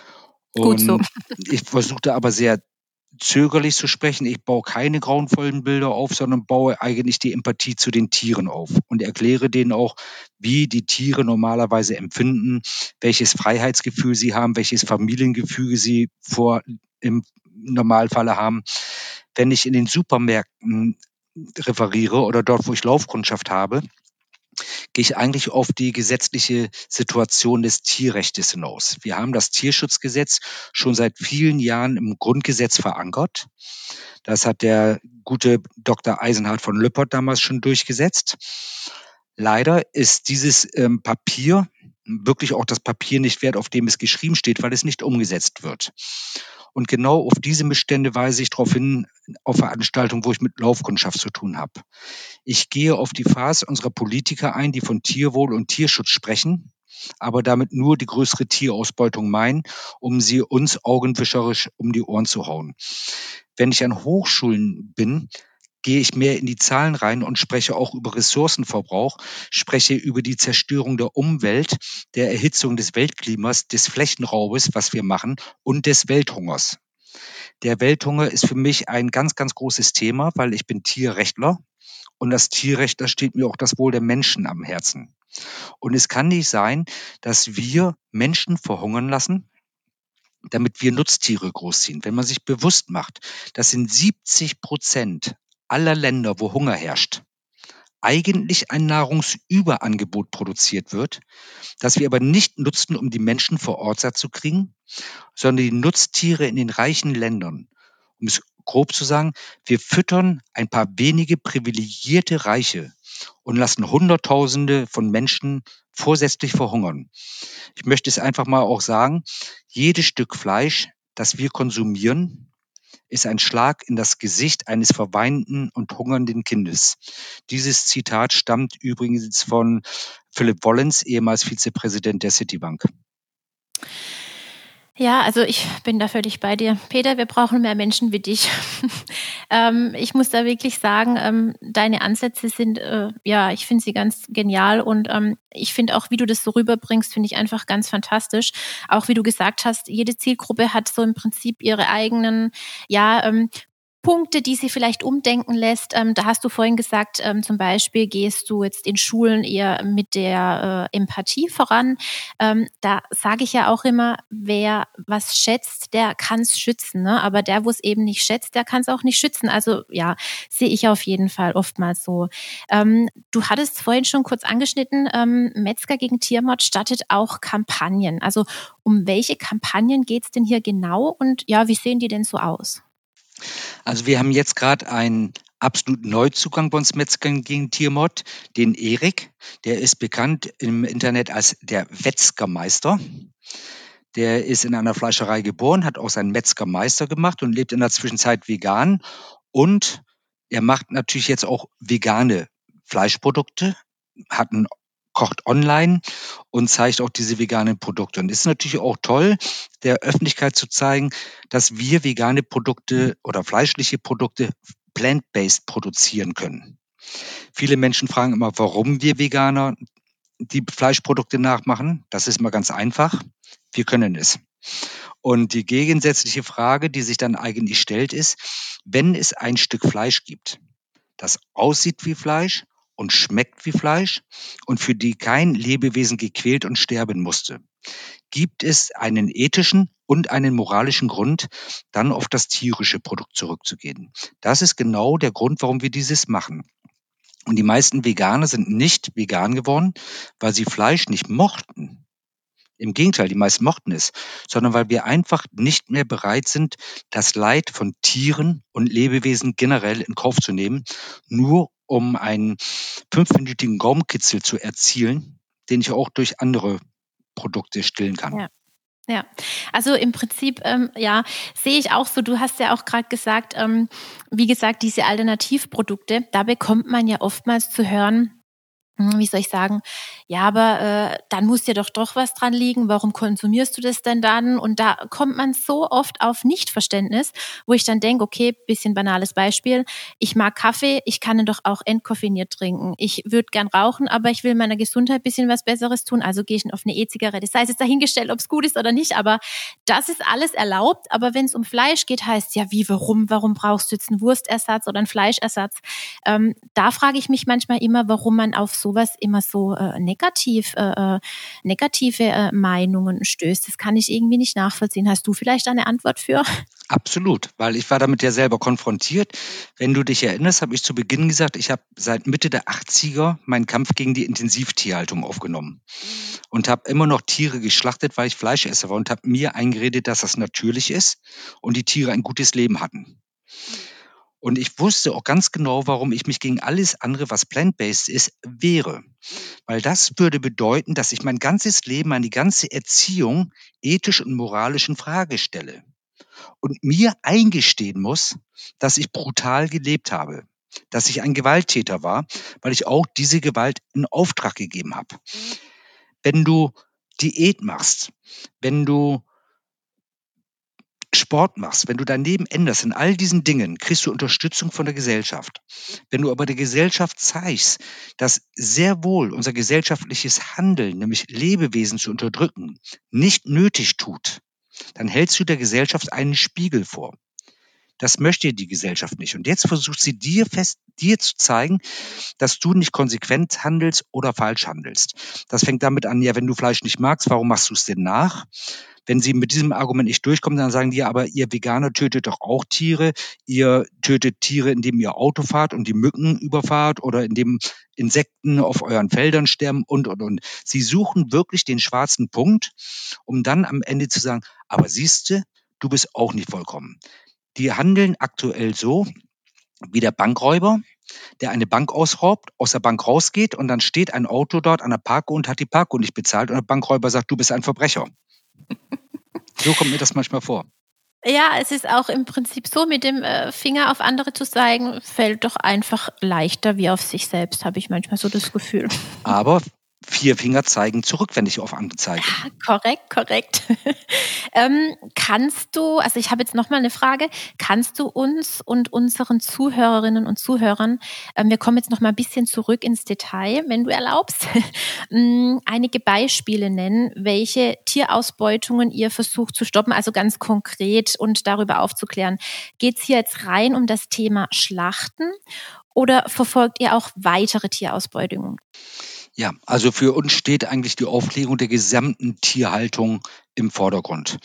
[SPEAKER 2] Gut so.
[SPEAKER 3] Und ich versuchte aber sehr zögerlich zu sprechen. Ich baue keine grauenvollen Bilder auf, sondern baue eigentlich die Empathie zu den Tieren auf und erkläre denen auch, wie die Tiere normalerweise empfinden, welches Freiheitsgefühl sie haben, welches Familiengefüge sie im Normalfalle haben. Wenn ich in den Supermärkten referiere oder dort, wo ich Laufkundschaft habe, gehe ich eigentlich auf die gesetzliche Situation des Tierrechts hinaus. Wir haben das Tierschutzgesetz schon seit vielen Jahren im Grundgesetz verankert. Das hat der gute Dr. Eisenhart von Lüppert damals schon durchgesetzt. Leider ist dieses Papier wirklich auch das Papier nicht wert, auf dem es geschrieben steht, weil es nicht umgesetzt wird. Und genau auf diese Missstände weise ich darauf hin, auf Veranstaltungen, wo ich mit Laufkundschaft zu tun habe. Ich gehe auf die Farce unserer Politiker ein, die von Tierwohl und Tierschutz sprechen, aber damit nur die größere Tierausbeutung meinen, um sie uns augenwischerisch um die Ohren zu hauen. Wenn ich an Hochschulen bin, gehe ich mehr in die Zahlen rein und spreche auch über Ressourcenverbrauch, spreche über die Zerstörung der Umwelt, der Erhitzung des Weltklimas, des Flächenraubes, was wir machen, und des Welthungers. Der Welthunger ist für mich ein ganz, ganz großes Thema, weil ich bin Tierrechtler und das Tierrecht, da steht mir auch das Wohl der Menschen am Herzen. Und es kann nicht sein, dass wir Menschen verhungern lassen, damit wir Nutztiere großziehen. Wenn man sich bewusst macht, dass in 70% aller Länder, wo Hunger herrscht, eigentlich ein Nahrungsüberangebot produziert wird, das wir aber nicht nutzen, um die Menschen vor Ort satt zu kriegen, sondern die Nutztiere in den reichen Ländern. Um es grob zu sagen, wir füttern ein paar wenige privilegierte Reiche und lassen Hunderttausende von Menschen vorsätzlich verhungern. Ich möchte es einfach mal auch sagen, jedes Stück Fleisch, das wir konsumieren, ist ein Schlag in das Gesicht eines verweinten und hungernden Kindes. Dieses Zitat stammt übrigens von Philip Wollens, ehemals Vizepräsident der Citibank.
[SPEAKER 2] Ja, also ich bin da völlig bei dir. Peter, wir brauchen mehr Menschen wie dich. Ich muss da wirklich sagen, deine Ansätze sind, ich finde sie ganz genial und ich finde auch, wie du das so rüberbringst, finde ich einfach ganz fantastisch. Auch wie du gesagt hast, jede Zielgruppe hat so im Prinzip ihre eigenen, Punkte, die sie vielleicht umdenken lässt. Da hast du vorhin gesagt, zum Beispiel gehst du jetzt in Schulen eher mit der Empathie voran. Da sage ich ja auch immer, wer was schätzt, der kann es schützen. Ne? Aber der, wo es eben nicht schätzt, der kann es auch nicht schützen. Also ja, sehe ich auf jeden Fall oftmals so. Du hattest vorhin schon kurz angeschnitten, Metzger gegen Tiermord startet auch Kampagnen. Also um welche Kampagnen geht es denn hier genau und ja, wie sehen die denn so aus?
[SPEAKER 3] Also wir haben jetzt gerade einen absoluten Neuzugang bei uns Metzgern gegen Tiermord, den Erik. Der ist bekannt im Internet als der Wetzgermeister. Der ist in einer Fleischerei geboren, hat auch seinen Metzgermeister gemacht und lebt in der Zwischenzeit vegan. Und er macht natürlich jetzt auch vegane Fleischprodukte, kocht online und zeigt auch diese veganen Produkte. Und es ist natürlich auch toll, der Öffentlichkeit zu zeigen, dass wir vegane Produkte oder fleischliche Produkte plant-based produzieren können. Viele Menschen fragen immer, warum wir Veganer die Fleischprodukte nachmachen. Das ist mal ganz einfach. Wir können es. Und die gegensätzliche Frage, die sich dann eigentlich stellt, ist, wenn es ein Stück Fleisch gibt, das aussieht wie Fleisch und schmeckt wie Fleisch und für die kein Lebewesen gequält und sterben musste, gibt es einen ethischen und einen moralischen Grund, dann auf das tierische Produkt zurückzugehen. Das ist genau der Grund, warum wir dieses machen. Und die meisten Veganer sind nicht vegan geworden, weil sie Fleisch nicht mochten. Im Gegenteil, die meisten mochten es, sondern weil wir einfach nicht mehr bereit sind, das Leid von Tieren und Lebewesen generell in Kauf zu nehmen, nur um einen 5-minütigen Gaumenkitzel zu erzielen, den ich auch durch andere Produkte stillen kann.
[SPEAKER 2] Ja. Ja, also im Prinzip, sehe ich auch so, du hast ja auch gerade gesagt, wie gesagt, diese Alternativprodukte, da bekommt man ja oftmals zu hören, wie soll ich sagen, ja, aber dann muss ja doch was dran liegen, warum konsumierst du das denn dann? Und da kommt man so oft auf Nichtverständnis, wo ich dann denke, okay, bisschen banales Beispiel, ich mag Kaffee, ich kann ihn doch auch entkoffeiniert trinken. Ich würde gern rauchen, aber ich will meiner Gesundheit ein bisschen was Besseres tun, also gehe ich auf eine E-Zigarette. Das heißt, es ist dahingestellt, ob es gut ist oder nicht, aber das ist alles erlaubt. Aber wenn es um Fleisch geht, heißt ja, warum brauchst du jetzt einen Wurstersatz oder einen Fleischersatz? Da frage ich mich manchmal immer, warum man auf sowas immer so negative Meinungen stößt. Das kann ich irgendwie nicht nachvollziehen. Hast du vielleicht eine Antwort für?
[SPEAKER 3] Absolut, weil ich war damit ja selber konfrontiert. Wenn du dich erinnerst, habe ich zu Beginn gesagt, ich habe seit Mitte der 80er meinen Kampf gegen die Intensivtierhaltung aufgenommen und habe immer noch Tiere geschlachtet, weil ich Fleischesser war und habe mir eingeredet, dass das natürlich ist und die Tiere ein gutes Leben hatten. Und ich wusste auch ganz genau, warum ich mich gegen alles andere, was plant-based ist, wehre. Weil das würde bedeuten, dass ich mein ganzes Leben, meine ganze Erziehung ethisch und moralisch in Frage stelle. Und mir eingestehen muss, dass ich brutal gelebt habe. Dass ich ein Gewalttäter war, weil ich auch diese Gewalt in Auftrag gegeben habe. Wenn du Diät machst, wenn du Sport machst, wenn du dein Leben änderst, in all diesen Dingen kriegst du Unterstützung von der Gesellschaft. Wenn du aber der Gesellschaft zeigst, dass sehr wohl unser gesellschaftliches Handeln, nämlich Lebewesen zu unterdrücken, nicht nötig tut, dann hältst du der Gesellschaft einen Spiegel vor. Das möchte die Gesellschaft nicht. Und jetzt versucht sie dir zu zeigen, dass du nicht konsequent handelst oder falsch handelst. Das fängt damit an, ja, wenn du Fleisch nicht magst, warum machst du es denn nach? Wenn sie mit diesem Argument nicht durchkommen, dann sagen die, ja, aber ihr Veganer tötet doch auch Tiere. Ihr tötet Tiere, indem ihr Auto fahrt und die Mücken überfahrt oder indem Insekten auf euren Feldern sterben und. Sie suchen wirklich den schwarzen Punkt, um dann am Ende zu sagen, aber siehste, du bist auch nicht vollkommen. Die handeln aktuell so wie der Bankräuber, der eine Bank ausraubt, aus der Bank rausgeht und dann steht ein Auto dort an der Parko und hat die Parko nicht bezahlt und der Bankräuber sagt, du bist ein Verbrecher. So kommt mir das manchmal vor.
[SPEAKER 2] Ja, es ist auch im Prinzip so, mit dem Finger auf andere zu zeigen, fällt doch einfach leichter wie auf sich selbst, habe ich manchmal so das Gefühl.
[SPEAKER 3] Aber 4 Finger zeigen zurück, wenn ich auf andere zeige.
[SPEAKER 2] Ja, korrekt. Kannst du, also ich habe jetzt nochmal eine Frage, kannst du uns und unseren Zuhörerinnen und Zuhörern, wir kommen jetzt nochmal ein bisschen zurück ins Detail, wenn du erlaubst, einige Beispiele nennen, welche Tierausbeutungen ihr versucht zu stoppen, also ganz konkret und darüber aufzuklären. Geht es hier jetzt rein um das Thema Schlachten oder verfolgt ihr auch weitere Tierausbeutungen?
[SPEAKER 3] Ja, also für uns steht eigentlich die Aufklärung der gesamten Tierhaltung im Vordergrund.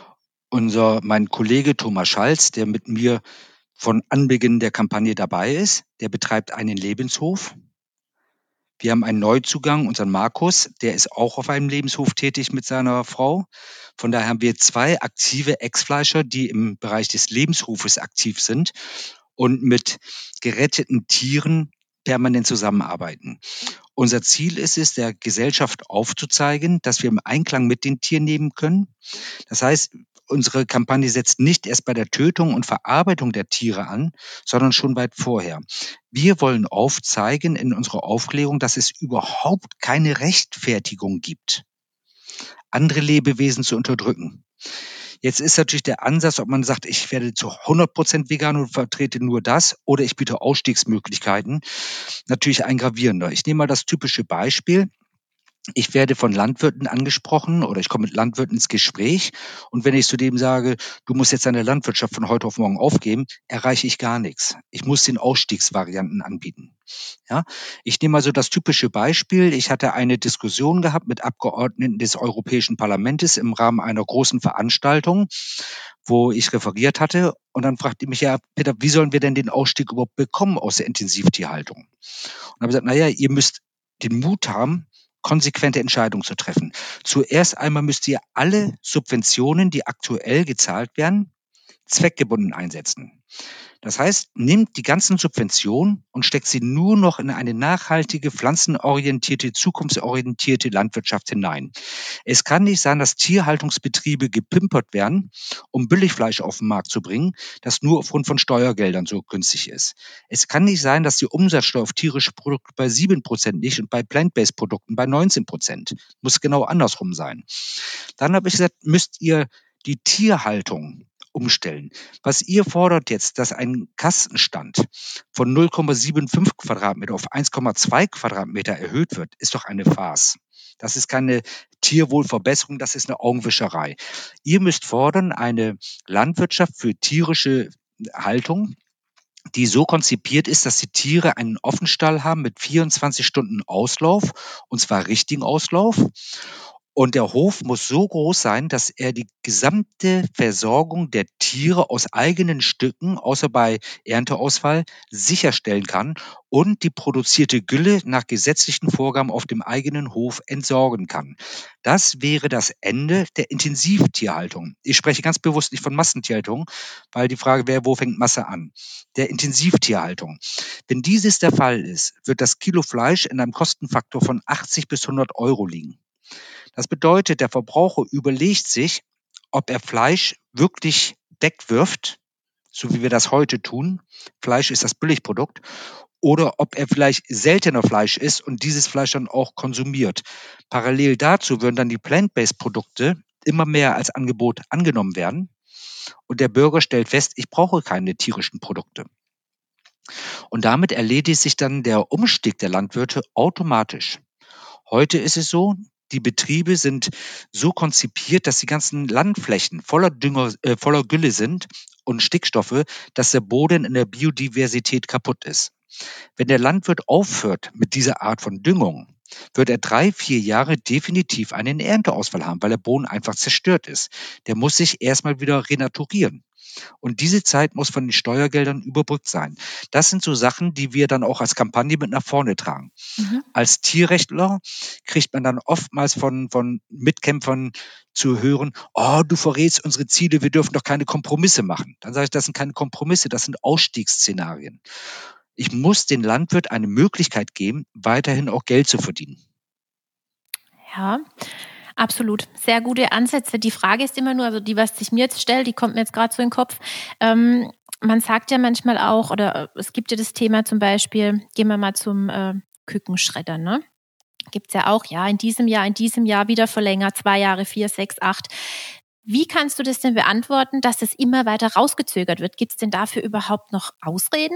[SPEAKER 3] Mein Kollege Thomas Schalz, der mit mir von Anbeginn der Kampagne dabei ist, der betreibt einen Lebenshof. Wir haben einen Neuzugang, unseren Markus, der ist auch auf einem Lebenshof tätig mit seiner Frau. Von daher haben wir 2 aktive Ex-Fleischer, die im Bereich des Lebenshofes aktiv sind und mit geretteten Tieren permanent zusammenarbeiten. Unser Ziel ist es, der Gesellschaft aufzuzeigen, dass wir im Einklang mit den Tieren leben können. Das heißt, unsere Kampagne setzt nicht erst bei der Tötung und Verarbeitung der Tiere an, sondern schon weit vorher. Wir wollen aufzeigen in unserer Aufklärung, dass es überhaupt keine Rechtfertigung gibt, andere Lebewesen zu unterdrücken. Jetzt ist natürlich der Ansatz, ob man sagt, ich werde zu 100% vegan und vertrete nur das oder ich biete Ausstiegsmöglichkeiten, natürlich ein gravierender. Ich nehme mal das typische Beispiel. Ich werde von Landwirten angesprochen oder ich komme mit Landwirten ins Gespräch. Und wenn ich zu dem sage, du musst jetzt deine Landwirtschaft von heute auf morgen aufgeben, erreiche ich gar nichts. Ich muss den Ausstiegsvarianten anbieten. Ja, ich nehme also das typische Beispiel. Ich hatte eine Diskussion gehabt mit Abgeordneten des Europäischen Parlaments im Rahmen einer großen Veranstaltung, wo ich referiert hatte. Und dann fragte mich, ja, Peter, wie sollen wir denn den Ausstieg überhaupt bekommen aus der Intensivtierhaltung? Und habe gesagt, naja, ihr müsst den Mut haben, konsequente Entscheidungen zu treffen. Zuerst einmal müsst ihr alle Subventionen, die aktuell gezahlt werden, zweckgebunden einsetzen. Das heißt, nehmt die ganzen Subventionen und steckt sie nur noch in eine nachhaltige, pflanzenorientierte, zukunftsorientierte Landwirtschaft hinein. Es kann nicht sein, dass Tierhaltungsbetriebe gepimpert werden, um Billigfleisch auf den Markt zu bringen, das nur aufgrund von Steuergeldern so günstig ist. Es kann nicht sein, dass die Umsatzsteuer auf tierische Produkte bei 7% liegt und bei Plant-Based Produkten bei 19%. Muss genau andersrum sein. Dann habe ich gesagt, müsst ihr die Tierhaltung umstellen. Was ihr fordert jetzt, dass ein Kastenstand von 0,75 Quadratmeter auf 1,2 Quadratmeter erhöht wird, ist doch eine Farce. Das ist keine Tierwohlverbesserung, das ist eine Augenwischerei. Ihr müsst fordern eine Landwirtschaft für tierische Haltung, die so konzipiert ist, dass die Tiere einen Offenstall haben mit 24 Stunden Auslauf, und zwar richtigen Auslauf. Und der Hof muss so groß sein, dass er die gesamte Versorgung der Tiere aus eigenen Stücken, außer bei Ernteausfall, sicherstellen kann und die produzierte Gülle nach gesetzlichen Vorgaben auf dem eigenen Hof entsorgen kann. Das wäre das Ende der Intensivtierhaltung. Ich spreche ganz bewusst nicht von Massentierhaltung, weil die Frage wäre, wo fängt Masse an? Der Intensivtierhaltung. Wenn dieses der Fall ist, wird das Kilo Fleisch in einem Kostenfaktor von 80 bis 100 Euro liegen. Das bedeutet, der Verbraucher überlegt sich, ob er Fleisch wirklich wegwirft, so wie wir das heute tun. Fleisch ist das Billigprodukt. Oder ob er vielleicht seltener Fleisch isst und dieses Fleisch dann auch konsumiert. Parallel dazu würden dann die Plant-Based-Produkte immer mehr als Angebot angenommen werden. Und der Bürger stellt fest, ich brauche keine tierischen Produkte. Und damit erledigt sich dann der Umstieg der Landwirte automatisch. Heute ist es so, die Betriebe sind so konzipiert, dass die ganzen Landflächen voller Dünger, voller Gülle sind und Stickstoffe, dass der Boden in der Biodiversität kaputt ist. Wenn der Landwirt aufhört mit dieser Art von Düngung, wird er 3-4 Jahre definitiv einen Ernteausfall haben, weil der Boden einfach zerstört ist. Der muss sich erstmal wieder renaturieren. Und diese Zeit muss von den Steuergeldern überbrückt sein. Das sind so Sachen, die wir dann auch als Kampagne mit nach vorne tragen. Als Tierrechtler kriegt man dann oftmals von Mitkämpfern zu hören, oh, du verrätst unsere Ziele, wir dürfen doch keine Kompromisse machen. Dann sage ich, das sind keine Kompromisse, das sind Ausstiegsszenarien. Ich muss den Landwirt eine Möglichkeit geben, weiterhin auch Geld zu verdienen.
[SPEAKER 2] Ja, absolut. Sehr gute Ansätze. Die Frage ist immer nur, also die, was sich mir jetzt stellt, die kommt mir jetzt gerade so in den Kopf. Man sagt ja manchmal auch, oder es gibt ja das Thema zum Beispiel, gehen wir mal zum Kükenschredder, ne? Gibt es ja auch, ja, in diesem Jahr wieder verlängert, 2 Jahre, 4, 6, 8. Wie kannst du das denn beantworten, dass es immer weiter rausgezögert wird? Gibt es denn dafür überhaupt noch Ausreden?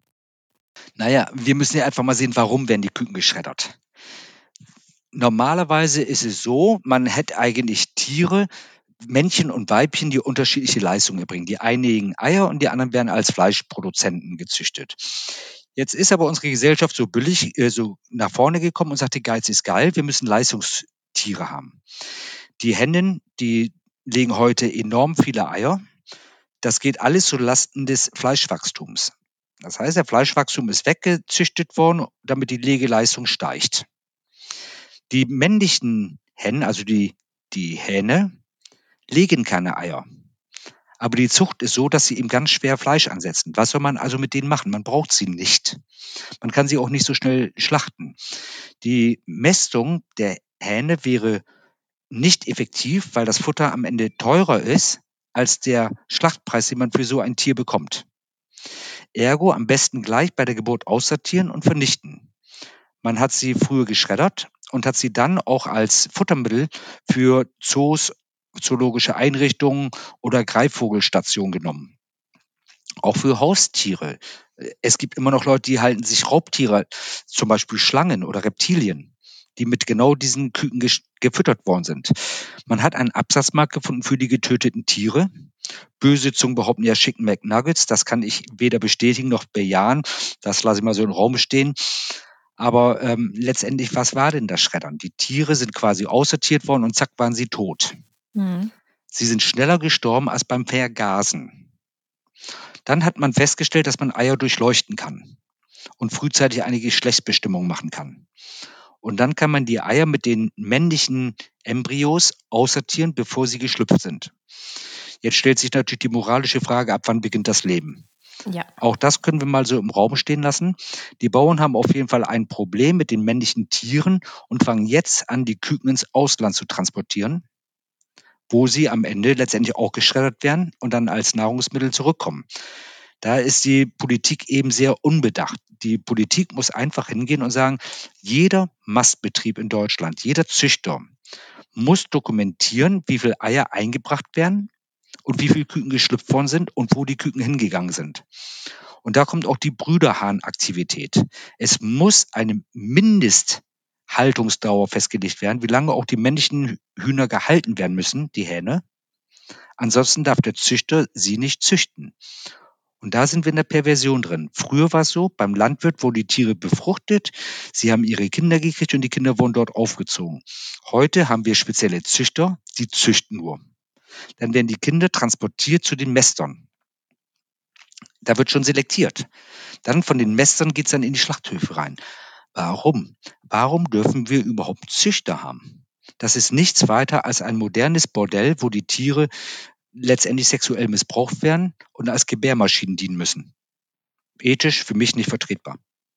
[SPEAKER 3] Naja, wir müssen ja einfach mal sehen, warum werden die Küken geschreddert. Normalerweise ist es so, man hätte eigentlich Tiere, Männchen und Weibchen, die unterschiedliche Leistungen erbringen. Die einen legen Eier und die anderen werden als Fleischproduzenten gezüchtet. Jetzt ist aber unsere Gesellschaft so billig, so nach vorne gekommen und sagte, Geiz ist geil, wir müssen Leistungstiere haben. Die Hennen, die legen heute enorm viele Eier. Das geht alles zu Lasten des Fleischwachstums. Das heißt, der Fleischwachstum ist weggezüchtet worden, damit die Legeleistung steigt. Die männlichen Hennen, also die Hähne, legen keine Eier. Aber die Zucht ist so, dass sie eben ganz schwer Fleisch ansetzen. Was soll man also mit denen machen? Man braucht sie nicht. Man kann sie auch nicht so schnell schlachten. Die Mästung der Hähne wäre nicht effektiv, weil das Futter am Ende teurer ist als der Schlachtpreis, den man für so ein Tier bekommt. Ergo am besten gleich bei der Geburt aussortieren und vernichten. Man hat sie früher geschreddert und hat sie dann auch als Futtermittel für Zoos, zoologische Einrichtungen oder Greifvogelstationen genommen. Auch für Haustiere. Es gibt immer noch Leute, die halten sich Raubtiere, zum Beispiel Schlangen oder Reptilien. die mit genau diesen Küken gefüttert worden sind. Man hat einen Absatzmarkt gefunden für die getöteten Tiere. Böse Zungen behaupten ja Chicken McNuggets. Das kann ich weder bestätigen noch bejahen. Das lasse ich mal so im Raum stehen. Aber letztendlich, was war denn das Schreddern? Die Tiere sind quasi aussortiert worden und zack, waren sie tot.
[SPEAKER 2] Mhm.
[SPEAKER 3] Sie sind schneller gestorben als beim Vergasen. Dann hat man festgestellt, dass man Eier durchleuchten kann und frühzeitig eine Geschlechtsbestimmung machen kann. Und dann kann man die Eier mit den männlichen Embryos aussortieren, bevor sie geschlüpft sind. Jetzt stellt sich natürlich die moralische Frage, ab wann beginnt das Leben?
[SPEAKER 2] Ja.
[SPEAKER 3] Auch das können wir mal so im Raum stehen lassen. Die Bauern haben auf jeden Fall ein Problem mit den männlichen Tieren und fangen jetzt an, die Küken ins Ausland zu transportieren, wo sie am Ende letztendlich auch geschreddert werden und dann als Nahrungsmittel zurückkommen. Da ist die Politik eben sehr unbedacht. Die Politik muss einfach hingehen und sagen, jeder Mastbetrieb in Deutschland, jeder Züchter muss dokumentieren, wie viele Eier eingebracht werden und wie viele Küken geschlüpft worden sind und wo die Küken hingegangen sind. Und da kommt auch die Brüderhahn-Aktivität. Es muss eine Mindesthaltungsdauer festgelegt werden, wie lange auch die männlichen Hühner gehalten werden müssen, die Hähne. Ansonsten darf der Züchter sie nicht züchten. Und da sind wir in der Perversion drin. Früher war es so, beim Landwirt wurden die Tiere befruchtet, sie haben ihre Kinder gekriegt und die Kinder wurden dort aufgezogen. Heute haben wir spezielle Züchter, die züchten nur. Dann werden die Kinder transportiert zu den Mästern. Da wird schon selektiert. Dann von den Mästern geht es dann in die Schlachthöfe rein. Warum? Warum dürfen wir überhaupt Züchter haben? Das ist nichts weiter als ein modernes Bordell, wo die Tiere letztendlich sexuell missbraucht werden und als Gebärmaschinen dienen müssen. Ethisch für mich nicht vertretbar.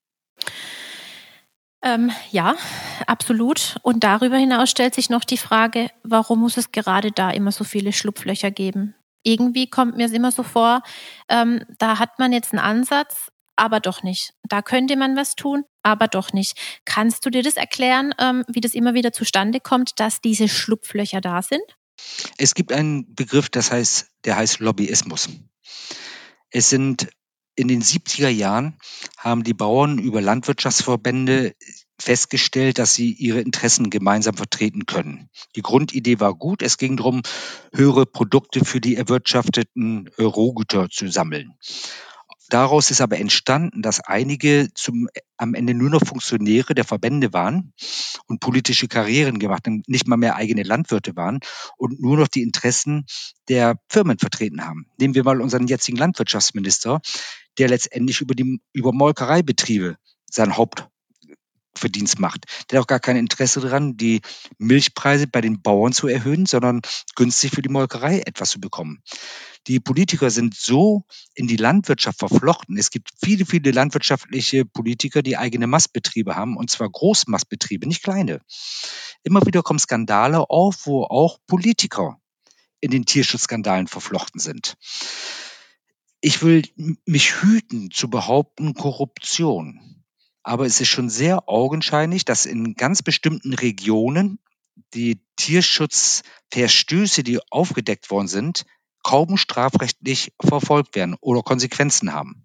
[SPEAKER 2] Ja, absolut. Und darüber hinaus stellt sich noch die Frage, warum muss es gerade da immer so viele Schlupflöcher geben? Irgendwie kommt mir es immer so vor, da hat man jetzt einen Ansatz, aber doch nicht. Da könnte man was tun, aber doch nicht. Kannst du dir das erklären, wie das immer wieder zustande kommt, dass diese Schlupflöcher da sind?
[SPEAKER 3] Es gibt einen Begriff, der heißt Lobbyismus. Es sind in den 70er Jahren haben die Bauern über Landwirtschaftsverbände festgestellt, dass sie ihre Interessen gemeinsam vertreten können. Die Grundidee war gut. Es ging darum, höhere Produkte für die erwirtschafteten Rohgüter zu sammeln. Daraus ist aber entstanden, dass einige am Ende nur noch Funktionäre der Verbände waren und politische Karrieren gemacht haben, nicht mal mehr eigene Landwirte waren und nur noch die Interessen der Firmen vertreten haben. Nehmen wir mal unseren jetzigen Landwirtschaftsminister, der letztendlich über Molkereibetriebe sein Hauptverdienst macht. Der hat auch gar kein Interesse daran, die Milchpreise bei den Bauern zu erhöhen, sondern günstig für die Molkerei etwas zu bekommen. Die Politiker sind so in die Landwirtschaft verflochten. Es gibt viele, viele landwirtschaftliche Politiker, die eigene Mastbetriebe haben, und zwar Großmastbetriebe, nicht kleine. Immer wieder kommen Skandale auf, wo auch Politiker in den Tierschutzskandalen verflochten sind. Ich will mich hüten zu behaupten, Korruption. Aber es ist schon sehr augenscheinlich, dass in ganz bestimmten Regionen die Tierschutzverstöße, die aufgedeckt worden sind, kaum strafrechtlich verfolgt werden oder Konsequenzen haben.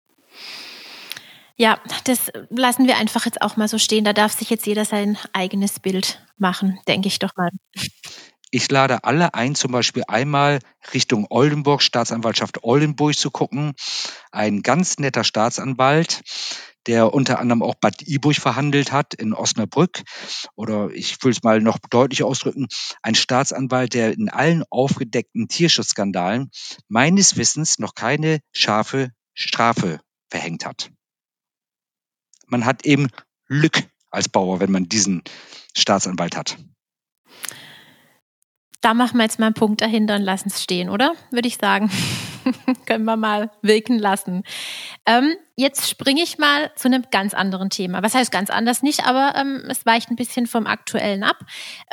[SPEAKER 2] Ja, das lassen wir einfach jetzt auch mal so stehen. Da darf sich jetzt jeder sein eigenes Bild machen, denke ich doch mal.
[SPEAKER 3] Ich lade alle ein, zum Beispiel einmal Richtung Oldenburg, Staatsanwaltschaft Oldenburg zu gucken. Ein ganz netter Staatsanwalt, der unter anderem auch Bad Iburg verhandelt hat in Osnabrück. Oder ich will es mal noch deutlich ausdrücken, ein Staatsanwalt, der in allen aufgedeckten Tierschutzskandalen meines Wissens noch keine scharfe Strafe verhängt hat. Man hat eben Glück als Bauer, wenn man diesen Staatsanwalt hat.
[SPEAKER 2] Da machen wir jetzt mal einen Punkt dahinter und lassen es stehen, oder? Würde ich sagen. Können wir mal wirken lassen. Jetzt springe ich mal zu einem ganz anderen Thema. Was heißt ganz anders nicht, aber es weicht ein bisschen vom Aktuellen ab.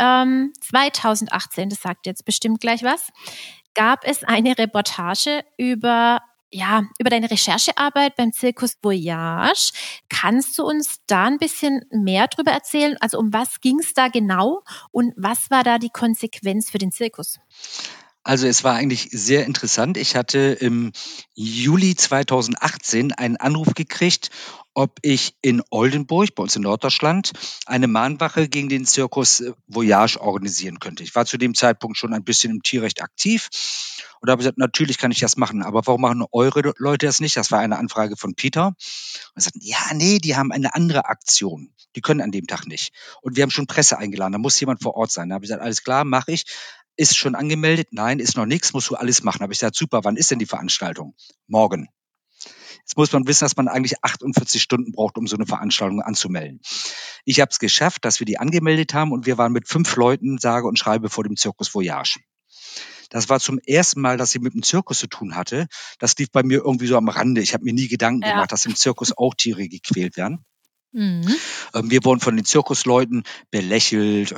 [SPEAKER 2] 2018, das sagt jetzt bestimmt gleich was, gab es eine Reportage über deine Recherchearbeit beim Circus Voyage. Kannst du uns da ein bisschen mehr drüber erzählen? Also um was ging es da genau und was war da die Konsequenz für den Zirkus?
[SPEAKER 3] Also es war eigentlich sehr interessant. Ich hatte im Juli 2018 einen Anruf gekriegt, ob ich in Oldenburg, bei uns in Norddeutschland, eine Mahnwache gegen den Circus Voyage organisieren könnte. Ich war zu dem Zeitpunkt schon ein bisschen im Tierrecht aktiv und habe gesagt, natürlich kann ich das machen, aber warum machen eure Leute das nicht? Das war eine Anfrage von Peter. Und er sagte, ja, nee, die haben eine andere Aktion. Die können an dem Tag nicht. Und wir haben schon Presse eingeladen, da muss jemand vor Ort sein. Da habe ich gesagt, alles klar, mache ich. Ist schon angemeldet? Nein, ist noch nichts, musst du alles machen. Habe ich gesagt, super, wann ist denn die Veranstaltung? Morgen. Jetzt muss man wissen, dass man eigentlich 48 Stunden braucht, um so eine Veranstaltung anzumelden. Ich habe es geschafft, dass wir die angemeldet haben und wir waren mit 5 Leuten, sage und schreibe, vor dem Circus Voyage. Das war zum ersten Mal, dass ich mit dem Zirkus zu tun hatte. Das lief bei mir irgendwie so am Rande. Ich habe mir nie Gedanken gemacht, dass im Zirkus auch Tiere gequält werden.
[SPEAKER 2] Mhm.
[SPEAKER 3] Wir wurden von den Zirkusleuten belächelt,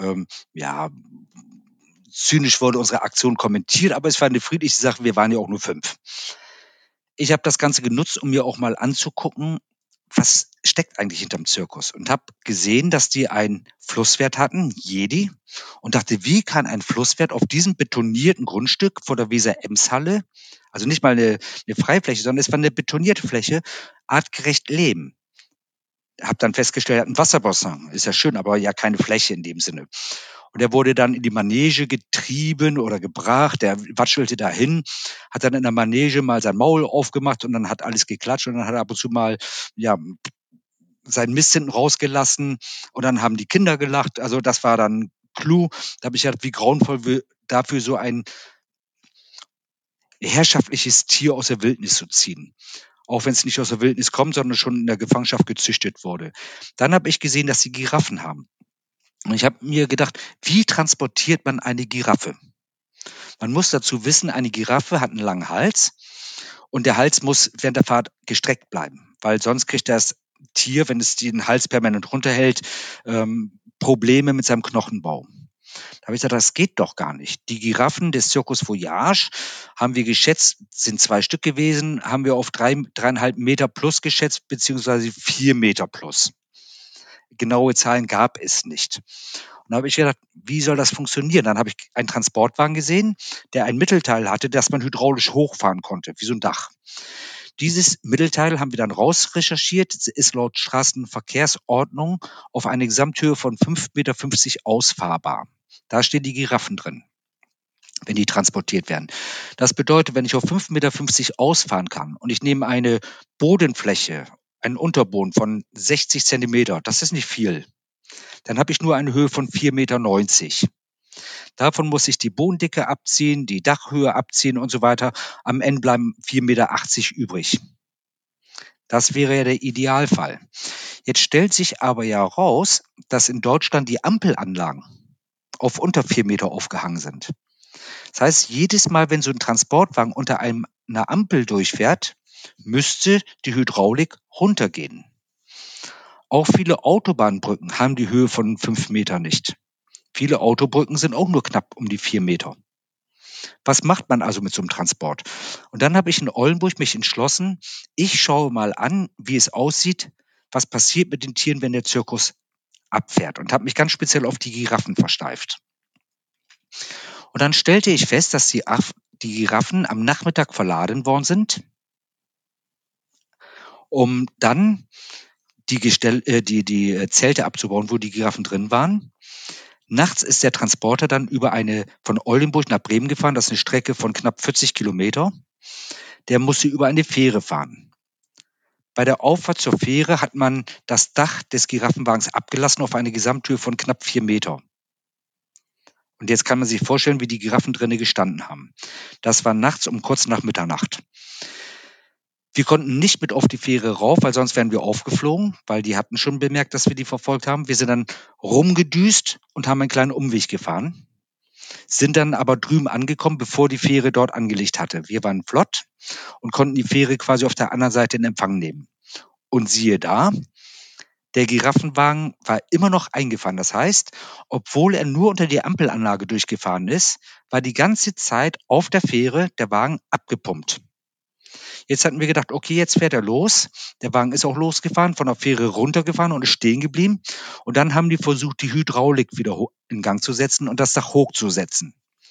[SPEAKER 3] zynisch wurde unsere Aktion kommentiert, aber es war eine friedliche Sache, wir waren ja auch nur 5. Ich habe das Ganze genutzt, um mir auch mal anzugucken, was steckt eigentlich hinterm Zirkus, und habe gesehen, dass die einen Flusswert hatten, Jedi, und dachte, wie kann ein Flusswert auf diesem betonierten Grundstück vor der Weser-Ems-Halle, also nicht mal eine Freifläche, sondern es war eine betonierte Fläche, artgerecht leben? Habe dann festgestellt, er hat einen Wasserbassin, ist ja schön, aber ja keine Fläche in dem Sinne. Und er wurde dann in die Manege getrieben oder gebracht, der watschelte dahin, hat dann in der Manege mal sein Maul aufgemacht und dann hat alles geklatscht und dann hat er ab und zu mal, seinen Mist hinten rausgelassen und dann haben die Kinder gelacht. Also das war dann Clou. Da habe ich gedacht, wie grauenvoll dafür so ein herrschaftliches Tier aus der Wildnis zu ziehen. Auch wenn es nicht aus der Wildnis kommt, sondern schon in der Gefangenschaft gezüchtet wurde. Dann habe ich gesehen, dass sie Giraffen haben. Und ich habe mir gedacht, wie transportiert man eine Giraffe? Man muss dazu wissen, eine Giraffe hat einen langen Hals und der Hals muss während der Fahrt gestreckt bleiben, weil sonst kriegt das Tier, wenn es den Hals permanent runterhält, Probleme mit seinem Knochenbau. Da habe ich gesagt, das geht doch gar nicht. Die Giraffen des Circus Voyage haben wir geschätzt, sind 2 Stück gewesen, haben wir auf 3,5 Meter plus geschätzt, beziehungsweise 4 Meter plus. Genaue Zahlen gab es nicht. Und da habe ich gedacht, wie soll das funktionieren? Dann habe ich einen Transportwagen gesehen, der ein Mittelteil hatte, das man hydraulisch hochfahren konnte, wie so ein Dach. Dieses Mittelteil haben wir dann rausrecherchiert, ist laut Straßenverkehrsordnung auf eine Gesamthöhe von 5,50 Meter ausfahrbar. Da stehen die Giraffen drin, wenn die transportiert werden. Das bedeutet, wenn ich auf 5,50 Meter ausfahren kann und ich nehme eine Bodenfläche, einen Unterboden von 60 Zentimeter, das ist nicht viel, dann habe ich nur eine Höhe von 4,90 Meter. Davon muss ich die Bodendicke abziehen, die Dachhöhe abziehen und so weiter. Am Ende bleiben 4,80 Meter übrig. Das wäre ja der Idealfall. Jetzt stellt sich aber ja raus, dass in Deutschland die Ampelanlagen auf unter 4 Meter aufgehangen sind. Das heißt, jedes Mal, wenn so ein Transportwagen unter einer Ampel durchfährt, müsste die Hydraulik runtergehen. Auch viele Autobahnbrücken haben die Höhe von 5 Meter nicht. Viele Autobrücken sind auch nur knapp um die 4 Meter. Was macht man also mit so einem Transport? Und dann habe ich in Oldenburg mich entschlossen, ich schaue mal an, wie es aussieht, was passiert mit den Tieren, wenn der Zirkus abfährt, und habe mich ganz speziell auf die Giraffen versteift. Und dann stellte ich fest, dass die Giraffen am Nachmittag verladen worden sind, um dann die Zelte abzubauen, wo die Giraffen drin waren. Nachts ist der Transporter dann von Oldenburg nach Bremen gefahren. Das ist eine Strecke von knapp 40 Kilometer. Der musste über eine Fähre fahren. Bei der Auffahrt zur Fähre hat man das Dach des Giraffenwagens abgelassen auf eine Gesamthöhe von knapp 4 Meter. Und jetzt kann man sich vorstellen, wie die Giraffen drinnen gestanden haben. Das war nachts um kurz nach Mitternacht. Wir konnten nicht mit auf die Fähre rauf, weil sonst wären wir aufgeflogen, weil die hatten schon bemerkt, dass wir die verfolgt haben. Wir sind dann rumgedüst und haben einen kleinen Umweg gefahren, sind dann aber drüben angekommen, bevor die Fähre dort angelegt hatte. Wir waren flott und konnten die Fähre quasi auf der anderen Seite in Empfang nehmen. Und siehe da, der Giraffenwagen war immer noch eingefahren. Das heißt, obwohl er nur unter die Ampelanlage durchgefahren ist, war die ganze Zeit auf der Fähre der Wagen abgepumpt. Jetzt hatten wir gedacht, okay, jetzt fährt er los. Der Wagen ist auch losgefahren, von der Fähre runtergefahren und ist stehen geblieben. Und dann haben die versucht, die Hydraulik wieder in Gang zu setzen und das Dach hochzusetzen.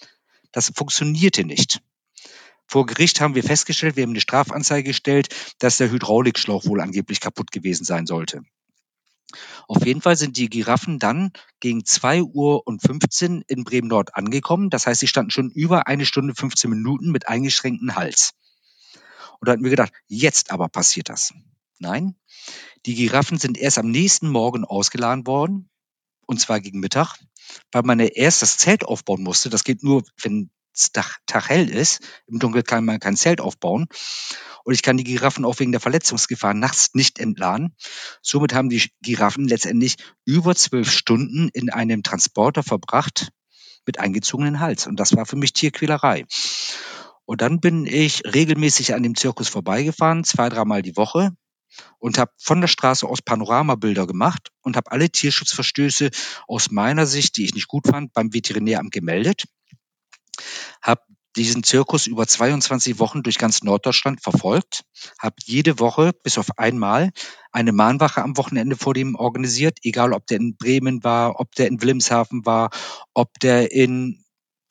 [SPEAKER 3] Das funktionierte nicht. Vor Gericht haben wir festgestellt, wir haben eine Strafanzeige gestellt, dass der Hydraulikschlauch wohl angeblich kaputt gewesen sein sollte. Auf jeden Fall sind die Giraffen dann gegen 2:15 Uhr in Bremen-Nord angekommen. Das heißt, sie standen schon über 1 Stunde 15 Minuten mit eingeschränktem Hals. Und da hatten wir gedacht, jetzt aber passiert das. Nein, die Giraffen sind erst am nächsten Morgen ausgeladen worden, und zwar gegen Mittag, weil man ja erst das Zelt aufbauen musste. Das geht nur, wenn es Tag hell ist. Im Dunkeln kann man kein Zelt aufbauen. Und ich kann die Giraffen auch wegen der Verletzungsgefahr nachts nicht entladen. Somit haben die Giraffen letztendlich über 12 Stunden in einem Transporter verbracht mit eingezogenen Hals. Und das war für mich Tierquälerei. Und dann bin ich regelmäßig an dem Zirkus vorbeigefahren, 2-3 Mal die Woche, und habe von der Straße aus Panoramabilder gemacht und habe alle Tierschutzverstöße aus meiner Sicht, die ich nicht gut fand, beim Veterinäramt gemeldet. Habe diesen Zirkus über 22 Wochen durch ganz Norddeutschland verfolgt, habe jede Woche bis auf einmal eine Mahnwache am Wochenende vor dem organisiert, egal ob der in Bremen war, ob der in Wilhelmshaven war, ob der in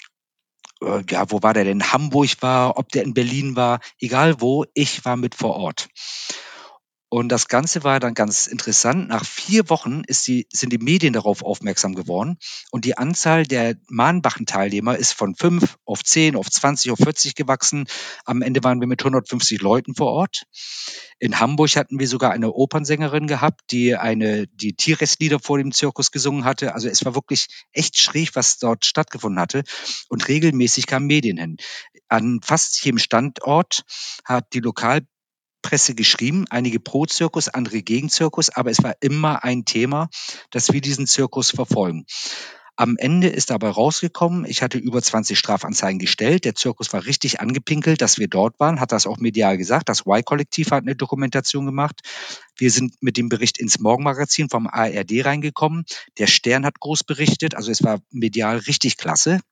[SPEAKER 3] wo war der denn? In Hamburg war, ob der in Berlin war, egal wo, ich war mit vor Ort. Und das Ganze war dann ganz interessant. Nach 4 Wochen sind die Medien darauf aufmerksam geworden. Und die Anzahl der Mahnwachenteilnehmer ist von 5 auf 10, auf 20, auf 40 gewachsen. Am Ende waren wir mit 150 Leuten vor Ort. In Hamburg hatten wir sogar eine Opernsängerin gehabt, die die Tierrechtslieder vor dem Zirkus gesungen hatte. Also es war wirklich echt schräg, was dort stattgefunden hatte. Und regelmäßig kamen Medien hin. An fast jedem Standort hat die Lokalpresse geschrieben, einige pro Zirkus, andere gegen Zirkus, aber es war immer ein Thema, dass wir diesen Zirkus verfolgen. Am Ende ist dabei rausgekommen, ich hatte über 20 Strafanzeigen gestellt. Der Zirkus war richtig angepinkelt, dass wir dort waren, hat das auch medial gesagt. Das Y-Kollektiv hat eine Dokumentation gemacht. Wir sind mit dem Bericht ins Morgenmagazin vom ARD reingekommen. Der Stern hat groß berichtet, also es war medial richtig klasse.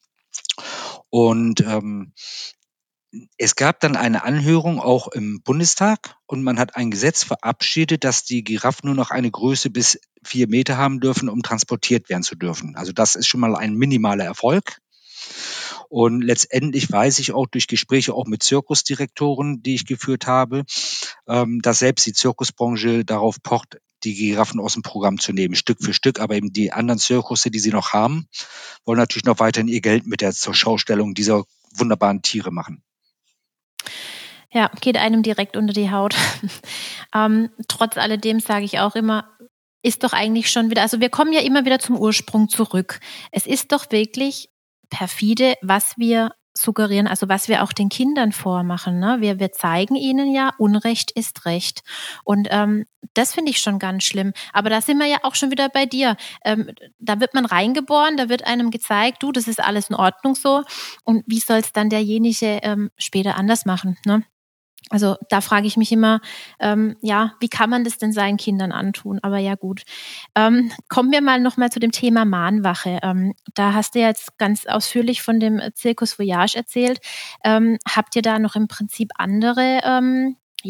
[SPEAKER 3] Und es gab dann eine Anhörung auch im Bundestag und man hat ein Gesetz verabschiedet, dass die Giraffen nur noch eine Größe bis 4 Meter haben dürfen, um transportiert werden zu dürfen. Also das ist schon mal ein minimaler Erfolg. Und letztendlich weiß ich auch durch Gespräche auch mit Zirkusdirektoren, die ich geführt habe, dass selbst die Zirkusbranche darauf pocht, die Giraffen aus dem Programm zu nehmen, Stück für Stück. Aber eben die anderen Zirkusse, die sie noch haben, wollen natürlich noch weiterhin ihr Geld mit der Zurschaustellung dieser wunderbaren Tiere machen.
[SPEAKER 2] Ja, geht einem direkt unter die Haut. Trotz alledem sage ich auch immer, ist doch eigentlich schon wieder, also wir kommen ja immer wieder zum Ursprung zurück. Es ist doch wirklich perfide, was wir suggerieren, also was wir auch den Kindern vormachen. Ne? Wir zeigen ihnen ja, Unrecht ist Recht. Und das finde ich schon ganz schlimm. Aber da sind wir ja auch schon wieder bei dir. Da wird man reingeboren, da wird einem gezeigt, du, das ist alles in Ordnung so. Und wie soll es dann derjenige später anders machen? Ne? Also da frage ich mich immer, wie kann man das denn seinen Kindern antun? Aber ja gut. Kommen wir mal nochmal zu dem Thema Mahnwache. Da hast du ja jetzt ganz ausführlich von dem Circus Voyage erzählt. Habt ihr da noch im Prinzip andere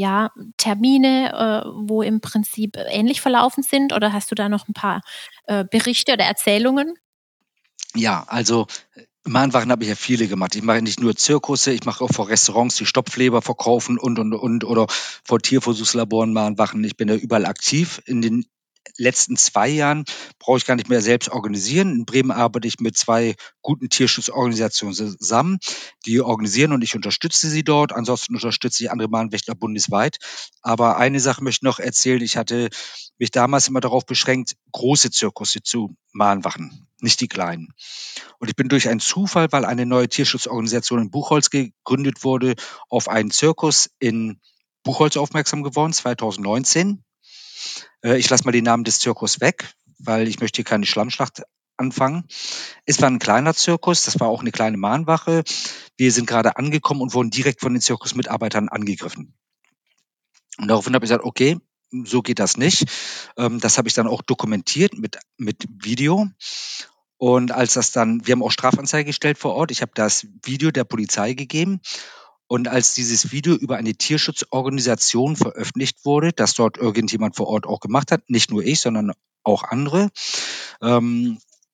[SPEAKER 2] Termine, wo im Prinzip ähnlich verlaufen sind? Oder hast du da noch ein paar Berichte oder Erzählungen?
[SPEAKER 3] Ja, also Mahnwachen habe ich ja viele gemacht. Ich mache nicht nur Zirkusse, ich mache auch vor Restaurants, die Stopfleber verkaufen und oder vor Tierversuchslaboren Mahnwachen. Ich bin da überall aktiv. In den letzten 2 Jahren brauche ich gar nicht mehr selbst organisieren. In Bremen arbeite ich mit 2 guten Tierschutzorganisationen zusammen, die organisieren und ich unterstütze sie dort. Ansonsten unterstütze ich andere Mahnwächter bundesweit. Aber eine Sache möchte ich noch erzählen. Ich hatte mich damals immer darauf beschränkt, große Zirkusse zu Mahnwachen, nicht die kleinen. Und ich bin durch einen Zufall, weil eine neue Tierschutzorganisation in Buchholz gegründet wurde, auf einen Zirkus in Buchholz aufmerksam geworden, 2019. Ich lasse mal den Namen des Zirkus weg, weil ich möchte hier keine Schlammschlacht anfangen. Es war ein kleiner Zirkus, das war auch eine kleine Mahnwache. Wir sind gerade angekommen und wurden direkt von den Zirkusmitarbeitern angegriffen. Und daraufhin habe ich gesagt, okay, so geht das nicht. Das habe ich dann auch dokumentiert mit Video. Und als das dann, wir haben auch Strafanzeige gestellt vor Ort. Ich habe das Video der Polizei gegeben. Und als dieses Video über eine Tierschutzorganisation veröffentlicht wurde, das dort irgendjemand vor Ort auch gemacht hat, nicht nur ich, sondern auch andere,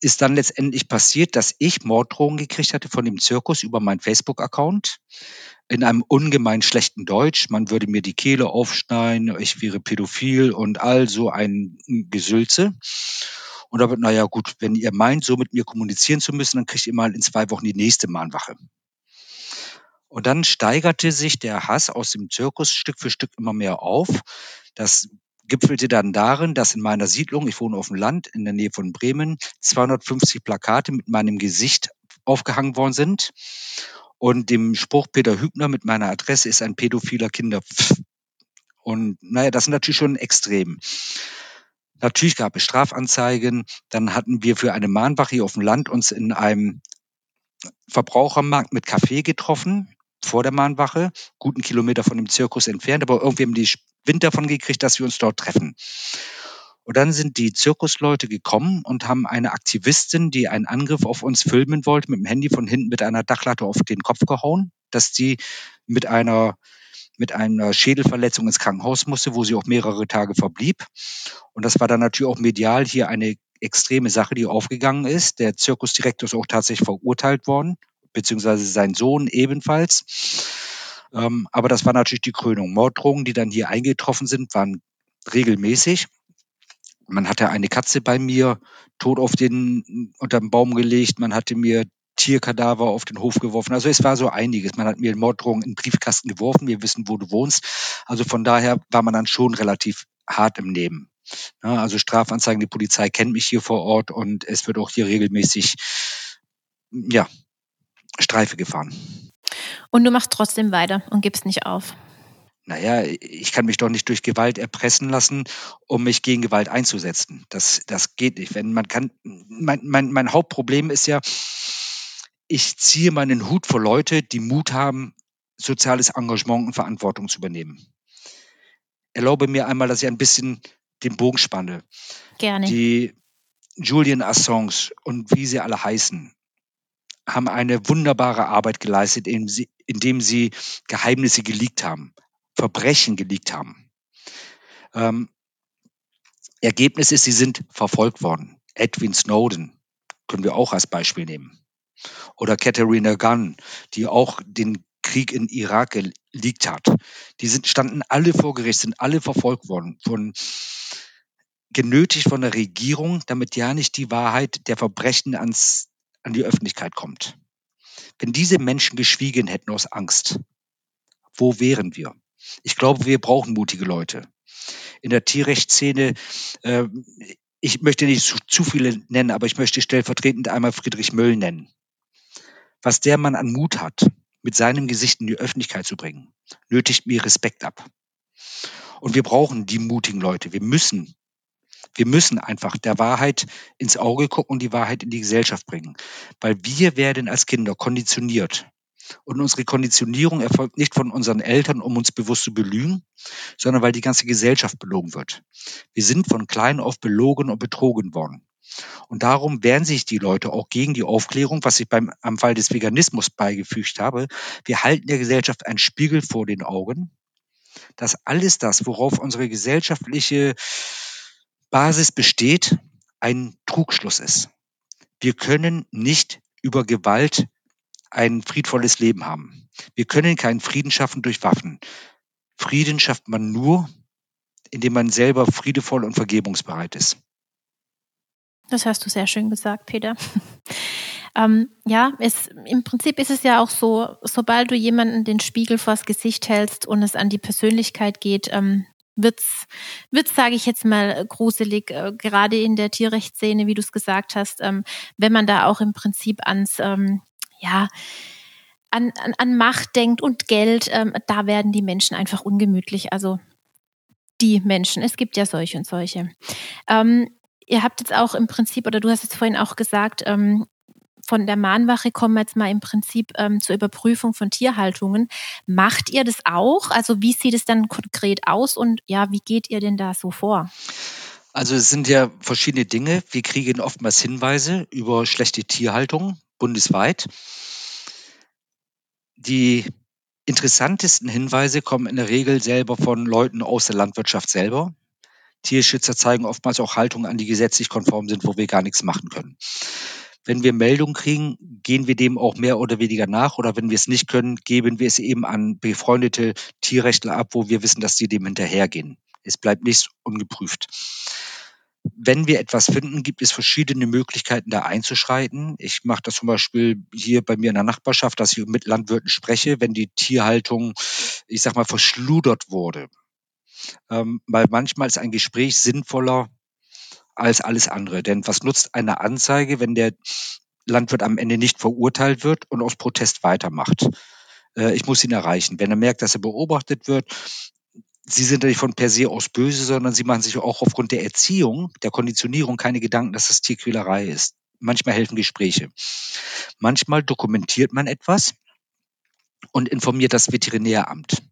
[SPEAKER 3] ist dann letztendlich passiert, dass ich Morddrohungen gekriegt hatte von dem Zirkus über meinen Facebook-Account in einem ungemein schlechten Deutsch. Man würde mir die Kehle aufschneiden, ich wäre pädophil und all so ein Gesülze. Und da wird, naja gut, wenn ihr meint, so mit mir kommunizieren zu müssen, dann kriegt ihr mal in 2 Wochen die nächste Mahnwache. Und dann steigerte sich der Hass aus dem Zirkus Stück für Stück immer mehr auf. Das gipfelte dann darin, dass in meiner Siedlung, ich wohne auf dem Land in der Nähe von Bremen, 250 Plakate mit meinem Gesicht aufgehangen worden sind. Und dem Spruch Peter Hübner mit meiner Adresse ist ein pädophiler Kinder. Und naja, das sind natürlich schon Extrem. Natürlich gab es Strafanzeigen. Dann hatten wir für eine Mahnwache hier auf dem Land uns in einem Verbrauchermarkt mit Kaffee getroffen, vor der Mahnwache, guten Kilometer von dem Zirkus entfernt, aber irgendwie haben die Wind davon gekriegt, dass wir uns dort treffen. Und dann sind die Zirkusleute gekommen und haben eine Aktivistin, die einen Angriff auf uns filmen wollte, mit dem Handy von hinten mit einer Dachlatte auf den Kopf gehauen, dass sie mit einer Schädelverletzung ins Krankenhaus musste, wo sie auch mehrere Tage verblieb. Und das war dann natürlich auch medial hier eine extreme Sache, die aufgegangen ist. Der Zirkusdirektor ist auch tatsächlich verurteilt worden, beziehungsweise sein Sohn ebenfalls. Aber das war natürlich die Krönung. Morddrohungen, die dann hier eingetroffen sind, waren regelmäßig. Man hatte eine Katze bei mir tot unter den Baum gelegt. Man hatte mir Tierkadaver auf den Hof geworfen. Also es war so einiges. Man hat mir Morddrohungen in den Briefkasten geworfen. Wir wissen, wo du wohnst. Also von daher war man dann schon relativ hart im Nehmen. Ja, also Strafanzeigen, die Polizei kennt mich hier vor Ort und es wird auch hier regelmäßig, Streife gefahren.
[SPEAKER 2] Und du machst trotzdem weiter und gibst nicht auf.
[SPEAKER 3] Naja, ich kann mich doch nicht durch Gewalt erpressen lassen, um mich gegen Gewalt einzusetzen. Das geht nicht. Mein Hauptproblem ist ja, ich ziehe meinen Hut vor Leute, die Mut haben, soziales Engagement und Verantwortung zu übernehmen. Erlaube mir einmal, dass ich ein bisschen den Bogen spanne.
[SPEAKER 2] Gerne.
[SPEAKER 3] Die Julian Assange und wie sie alle heißen, haben eine wunderbare Arbeit geleistet, indem sie Geheimnisse geleakt haben, Verbrechen geleakt haben. Ergebnis ist, sie sind verfolgt worden. Edwin Snowden können wir auch als Beispiel nehmen. Oder Katharina Gunn, die auch den Krieg in Irak geleakt hat. Die standen alle vor Gericht, sind alle verfolgt worden, genötigt von der Regierung, damit ja nicht die Wahrheit der Verbrechen an die Öffentlichkeit kommt. Wenn diese Menschen geschwiegen hätten aus Angst, wo wären wir? Ich glaube, wir brauchen mutige Leute. In der Tierrechtsszene, ich möchte nicht zu viele nennen, aber ich möchte stellvertretend einmal Friedrich Möll nennen. Was der Mann an Mut hat, mit seinem Gesicht in die Öffentlichkeit zu bringen, nötigt mir Respekt ab. Und wir brauchen die mutigen Leute. Wir müssen einfach der Wahrheit ins Auge gucken und die Wahrheit in die Gesellschaft bringen. Weil wir werden als Kinder konditioniert. Und unsere Konditionierung erfolgt nicht von unseren Eltern, um uns bewusst zu belügen, sondern weil die ganze Gesellschaft belogen wird. Wir sind von klein auf belogen und betrogen worden. Und darum wehren sich die Leute auch gegen die Aufklärung, was ich am Fall des Veganismus beigefügt habe. Wir halten der Gesellschaft einen Spiegel vor den Augen, dass alles das, worauf unsere gesellschaftliche Basis besteht, ein Trugschluss ist. Wir können nicht über Gewalt ein friedvolles Leben haben. Wir können keinen Frieden schaffen durch Waffen. Frieden schafft man nur, indem man selber friedevoll und vergebungsbereit ist.
[SPEAKER 2] Das hast du sehr schön gesagt, Peter. Im Prinzip ist es ja auch so, sobald du jemanden den Spiegel vors Gesicht hältst und es an die Persönlichkeit geht, wird's, sage ich jetzt mal, gruselig, gerade in der Tierrechtsszene, wie du es gesagt hast, wenn man da auch im Prinzip an Macht denkt und Geld, da werden die Menschen einfach ungemütlich. Also die Menschen, es gibt ja solche und solche. Ihr habt jetzt auch im Prinzip, oder du hast jetzt vorhin auch gesagt, von der Mahnwache kommen wir jetzt mal im Prinzip zur Überprüfung von Tierhaltungen. Macht ihr das auch? Also wie sieht es dann konkret aus und ja, wie geht ihr denn da so vor?
[SPEAKER 3] Also es sind ja verschiedene Dinge. Wir kriegen oftmals Hinweise über schlechte Tierhaltung bundesweit. Die interessantesten Hinweise kommen in der Regel selber von Leuten aus der Landwirtschaft selber, Tierschützer zeigen oftmals auch Haltungen an, die gesetzlich konform sind, wo wir gar nichts machen können. Wenn wir Meldungen kriegen, gehen wir dem auch mehr oder weniger nach. Oder wenn wir es nicht können, geben wir es eben an befreundete Tierrechtler ab, wo wir wissen, dass die dem hinterhergehen. Es bleibt nichts ungeprüft. Wenn wir etwas finden, gibt es verschiedene Möglichkeiten, da einzuschreiten. Ich mache das zum Beispiel hier bei mir in der Nachbarschaft, dass ich mit Landwirten spreche, wenn die Tierhaltung, ich sag mal, verschludert wurde. Weil manchmal ist ein Gespräch sinnvoller als alles andere. Denn was nutzt eine Anzeige, wenn der Landwirt am Ende nicht verurteilt wird und aus Protest weitermacht? Ich muss ihn erreichen. Wenn er merkt, dass er beobachtet wird, Sie sind ja nicht von per se aus böse, sondern sie machen sich auch aufgrund der Erziehung, der Konditionierung keine Gedanken, dass das Tierquälerei ist. Manchmal helfen Gespräche. Manchmal dokumentiert man etwas und informiert das Veterinäramt.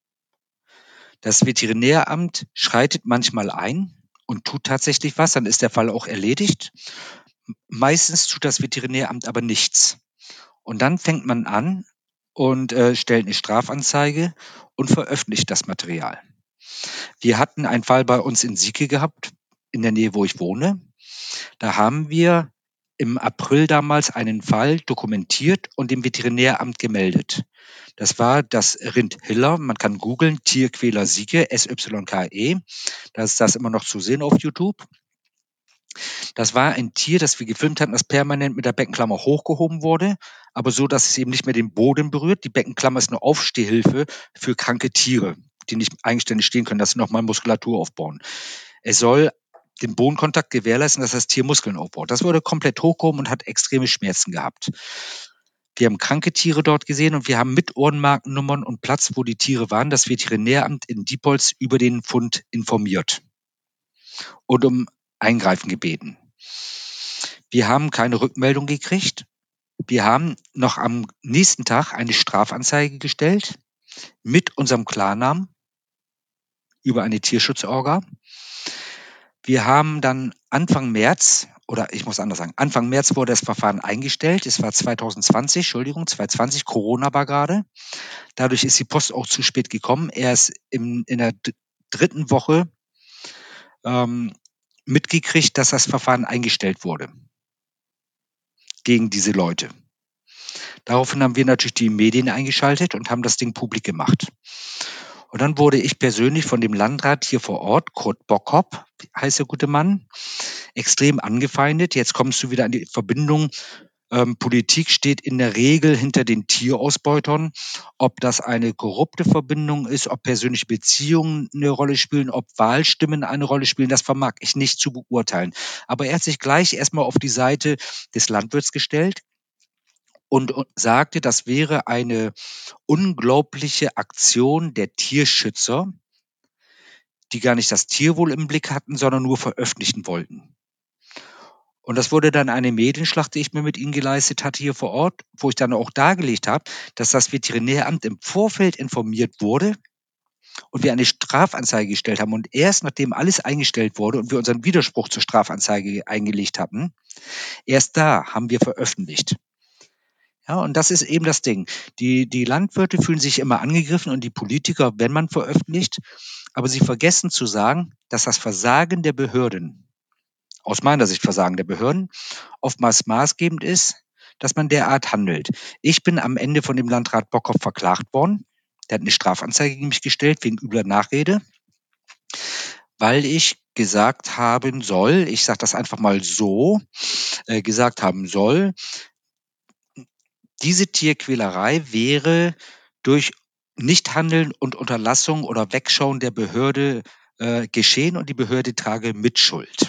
[SPEAKER 3] Das Veterinäramt schreitet manchmal ein und tut tatsächlich was, dann ist der Fall auch erledigt. Meistens tut das Veterinäramt aber nichts. Und dann fängt man an und stellt eine Strafanzeige und veröffentlicht das Material. Wir hatten einen Fall bei uns in Sieke gehabt, in der Nähe, wo ich wohne. Da haben wir im April damals einen Fall dokumentiert und dem Veterinäramt gemeldet. Das war das Rind Hiller, man kann googeln, Tierquäler Sieke, SYKE. Da ist das immer noch zu sehen auf YouTube. Das war ein Tier, das wir gefilmt hatten, das permanent mit der Beckenklammer hochgehoben wurde, aber so, dass es eben nicht mehr den Boden berührt. Die Beckenklammer ist eine Aufstehhilfe für kranke Tiere, die nicht eigenständig stehen können, dass sie nochmal Muskulatur aufbauen. Es soll den Bodenkontakt gewährleisten, dass das Tier Muskeln aufbaut. Das wurde komplett hochgehoben und hat extreme Schmerzen gehabt. Wir haben kranke Tiere dort gesehen und wir haben mit Ohrenmarkennummern und Platz, wo die Tiere waren, das Veterinäramt in Diepholz über den Fund informiert und um Eingreifen gebeten. Wir haben keine Rückmeldung gekriegt. Wir haben noch am nächsten Tag eine Strafanzeige gestellt mit unserem Klarnamen über eine Tierschutzorga. Wir haben dann Anfang März wurde das Verfahren eingestellt. Es war 2020, Corona war gerade. Dadurch ist die Post auch zu spät gekommen. Erst in der dritten Woche mitgekriegt, dass das Verfahren eingestellt wurde gegen diese Leute. Daraufhin haben wir natürlich die Medien eingeschaltet und haben das Ding publik gemacht. Und dann wurde ich persönlich von dem Landrat hier vor Ort, Kurt Bockhopp, heißt der gute Mann, extrem angefeindet. Jetzt kommst du wieder an die Verbindung. Politik steht in der Regel hinter den Tierausbeutern. Ob das eine korrupte Verbindung ist, ob persönliche Beziehungen eine Rolle spielen, ob Wahlstimmen eine Rolle spielen, das vermag ich nicht zu beurteilen. Aber er hat sich gleich erstmal auf die Seite des Landwirts gestellt und sagte, das wäre eine unglaubliche Aktion der Tierschützer, die gar nicht das Tierwohl im Blick hatten, sondern nur veröffentlichen wollten. Und das wurde dann eine Medienschlacht, die ich mir mit ihnen geleistet hatte hier vor Ort, wo ich dann auch dargelegt habe, dass das Veterinäramt im Vorfeld informiert wurde und wir eine Strafanzeige gestellt haben. Und erst nachdem alles eingestellt wurde und wir unseren Widerspruch zur Strafanzeige eingelegt hatten, erst da haben wir veröffentlicht. Ja, und das ist eben das Ding. Die Landwirte fühlen sich immer angegriffen und die Politiker, wenn man veröffentlicht, aber sie vergessen zu sagen, dass das Versagen der Behörden, aus meiner Sicht Versagen der Behörden, oftmals maßgebend ist, dass man derart handelt. Ich bin am Ende von dem Landrat Bockhoff verklagt worden. Der hat eine Strafanzeige gegen mich gestellt wegen übler Nachrede, weil ich gesagt haben soll, ich sage das einfach mal so, gesagt haben soll, diese Tierquälerei wäre durch Nichthandeln und Unterlassung oder Wegschauen der Behörde geschehen und die Behörde trage Mitschuld.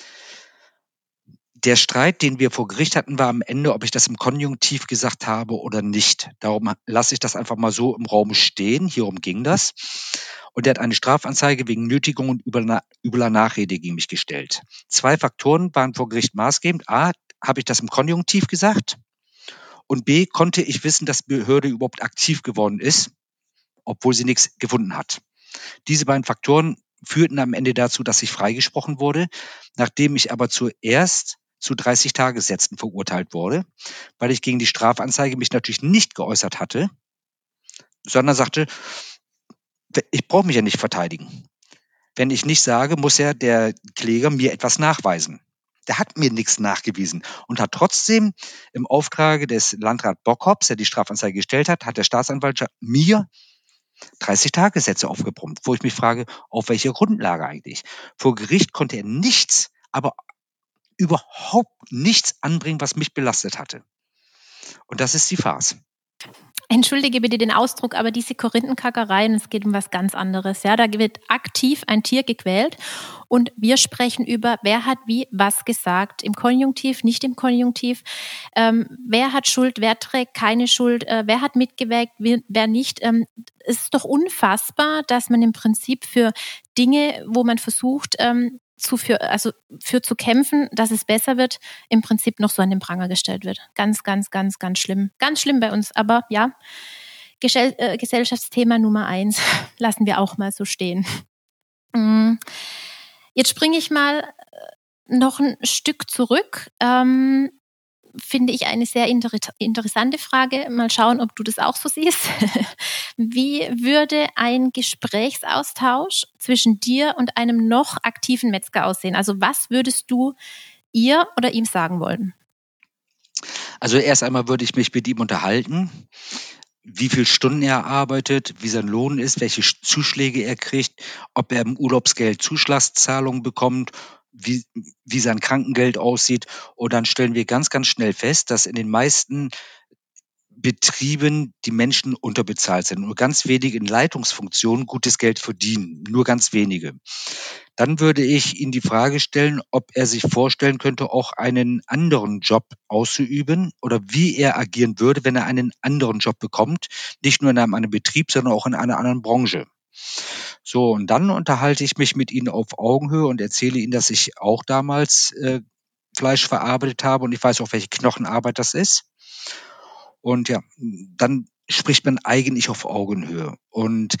[SPEAKER 3] Der Streit, den wir vor Gericht hatten, war am Ende, ob ich das im Konjunktiv gesagt habe oder nicht. Darum lasse ich das einfach mal so im Raum stehen. Hierum ging das. Und er hat eine Strafanzeige wegen Nötigung und übler Nachrede gegen mich gestellt. 2 Faktoren waren vor Gericht maßgebend. A, habe ich das im Konjunktiv gesagt? Und B, konnte ich wissen, dass die Behörde überhaupt aktiv geworden ist, obwohl sie nichts gefunden hat. Diese beiden Faktoren führten am Ende dazu, dass ich freigesprochen wurde, nachdem ich aber zuerst zu 30 Tagessätzen verurteilt wurde, weil ich gegen die Strafanzeige mich natürlich nicht geäußert hatte, sondern sagte, ich brauche mich ja nicht verteidigen. Wenn ich nicht sage, muss ja der Kläger mir etwas nachweisen. Der hat mir nichts nachgewiesen und hat trotzdem im Auftrage des Landrat Bockhops, der die Strafanzeige gestellt hat, hat der Staatsanwalt mir 30-Tagessätze aufgebrummt, wo ich mich frage, auf welcher Grundlage eigentlich? Vor Gericht konnte er nichts, aber überhaupt nichts anbringen, was mich belastet hatte. Und das ist die Farce.
[SPEAKER 2] Entschuldige bitte den Ausdruck, aber diese Korinthenkackereien, es geht um was ganz anderes. Ja, da wird aktiv ein Tier gequält und wir sprechen über, wer hat wie was gesagt, im Konjunktiv, nicht im Konjunktiv. Wer hat Schuld, wer trägt keine Schuld, wer hat mitgewirkt, wer nicht. Es ist doch unfassbar, dass man im Prinzip für Dinge, wo man versucht, für zu kämpfen, dass es besser wird, im Prinzip noch so an den Pranger gestellt wird. Ganz, ganz, ganz, ganz schlimm. Ganz schlimm bei uns. Aber ja, Gesellschaftsthema Nummer 1 lassen wir auch mal so stehen. Jetzt springe ich mal noch ein Stück zurück. Finde ich eine sehr interessante Frage. Mal schauen, ob du das auch so siehst. Wie würde ein Gesprächsaustausch zwischen dir und einem noch aktiven Metzger aussehen? Also was würdest du ihr oder ihm sagen wollen?
[SPEAKER 3] Also erst einmal würde ich mich mit ihm unterhalten, wie viele Stunden er arbeitet, wie sein Lohn ist, welche Zuschläge er kriegt, ob er im Urlaubsgeld Zuschlagszahlungen bekommt, wie sein Krankengeld aussieht. Und dann stellen wir ganz, ganz schnell fest, dass in den meisten Betrieben die Menschen unterbezahlt sind. Nur ganz wenige in Leitungsfunktionen gutes Geld verdienen. Nur ganz wenige. Dann würde ich ihn die Frage stellen, ob er sich vorstellen könnte, auch einen anderen Job auszuüben oder wie er agieren würde, wenn er einen anderen Job bekommt. Nicht nur in einem anderen Betrieb, sondern auch in einer anderen Branche. So, und dann unterhalte ich mich mit ihm auf Augenhöhe und erzähle ihm, dass ich auch damals Fleisch verarbeitet habe und ich weiß auch, welche Knochenarbeit das ist. Und ja, dann spricht man eigentlich auf Augenhöhe. Und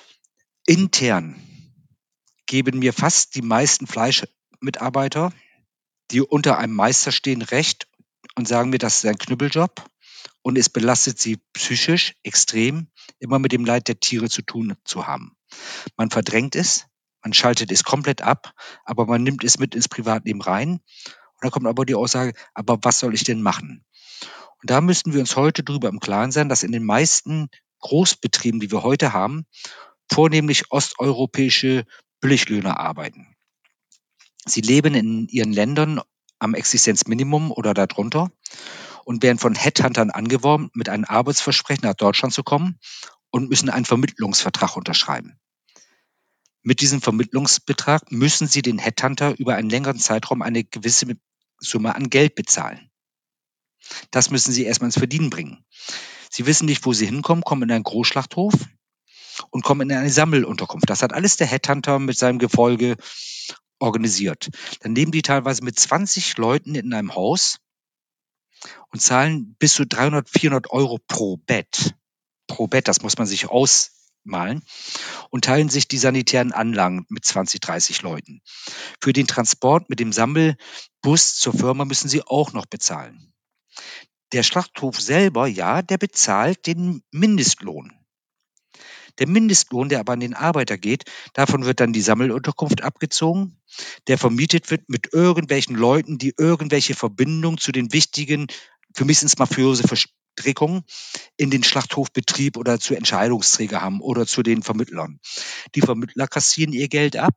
[SPEAKER 3] intern geben mir fast die meisten Fleischmitarbeiter, die unter einem Meister stehen, recht und sagen mir, das ist ein Knüppeljob und es belastet sie psychisch extrem, immer mit dem Leid der Tiere zu tun zu haben. Man verdrängt es, man schaltet es komplett ab, aber man nimmt es mit ins Privatleben rein. Und da kommt aber die Aussage, aber was soll ich denn machen? Und da müssen wir uns heute drüber im Klaren sein, dass in den meisten Großbetrieben, die wir heute haben, vornehmlich osteuropäische Billiglöhner arbeiten. Sie leben in ihren Ländern am Existenzminimum oder darunter und werden von Headhuntern angeworben, mit einem Arbeitsversprechen nach Deutschland zu kommen und müssen einen Vermittlungsvertrag unterschreiben. Mit diesem Vermittlungsbetrag müssen sie den Headhunter über einen längeren Zeitraum eine gewisse Summe an Geld bezahlen. Das müssen sie erstmal ins Verdienen bringen. Sie wissen nicht, wo sie hinkommen, kommen in einen Großschlachthof und kommen in eine Sammelunterkunft. Das hat alles der Headhunter mit seinem Gefolge organisiert. Dann leben die teilweise mit 20 Leuten in einem Haus und zahlen bis zu 300, 400 Euro pro Bett. Pro Bett, das muss man sich ausmalen. Und teilen sich die sanitären Anlagen mit 20, 30 Leuten. Für den Transport mit dem Sammelbus zur Firma müssen sie auch noch bezahlen. Der Schlachthof selber, ja, der bezahlt den Mindestlohn. Der Mindestlohn, der aber an den Arbeiter geht, davon wird dann die Sammelunterkunft abgezogen, der vermietet wird mit irgendwelchen Leuten, die irgendwelche Verbindung zu den wichtigen, für mich sind es mafiöse Verstrickungen, in den Schlachthofbetrieb oder zu Entscheidungsträger haben oder zu den Vermittlern. Die Vermittler kassieren ihr Geld ab.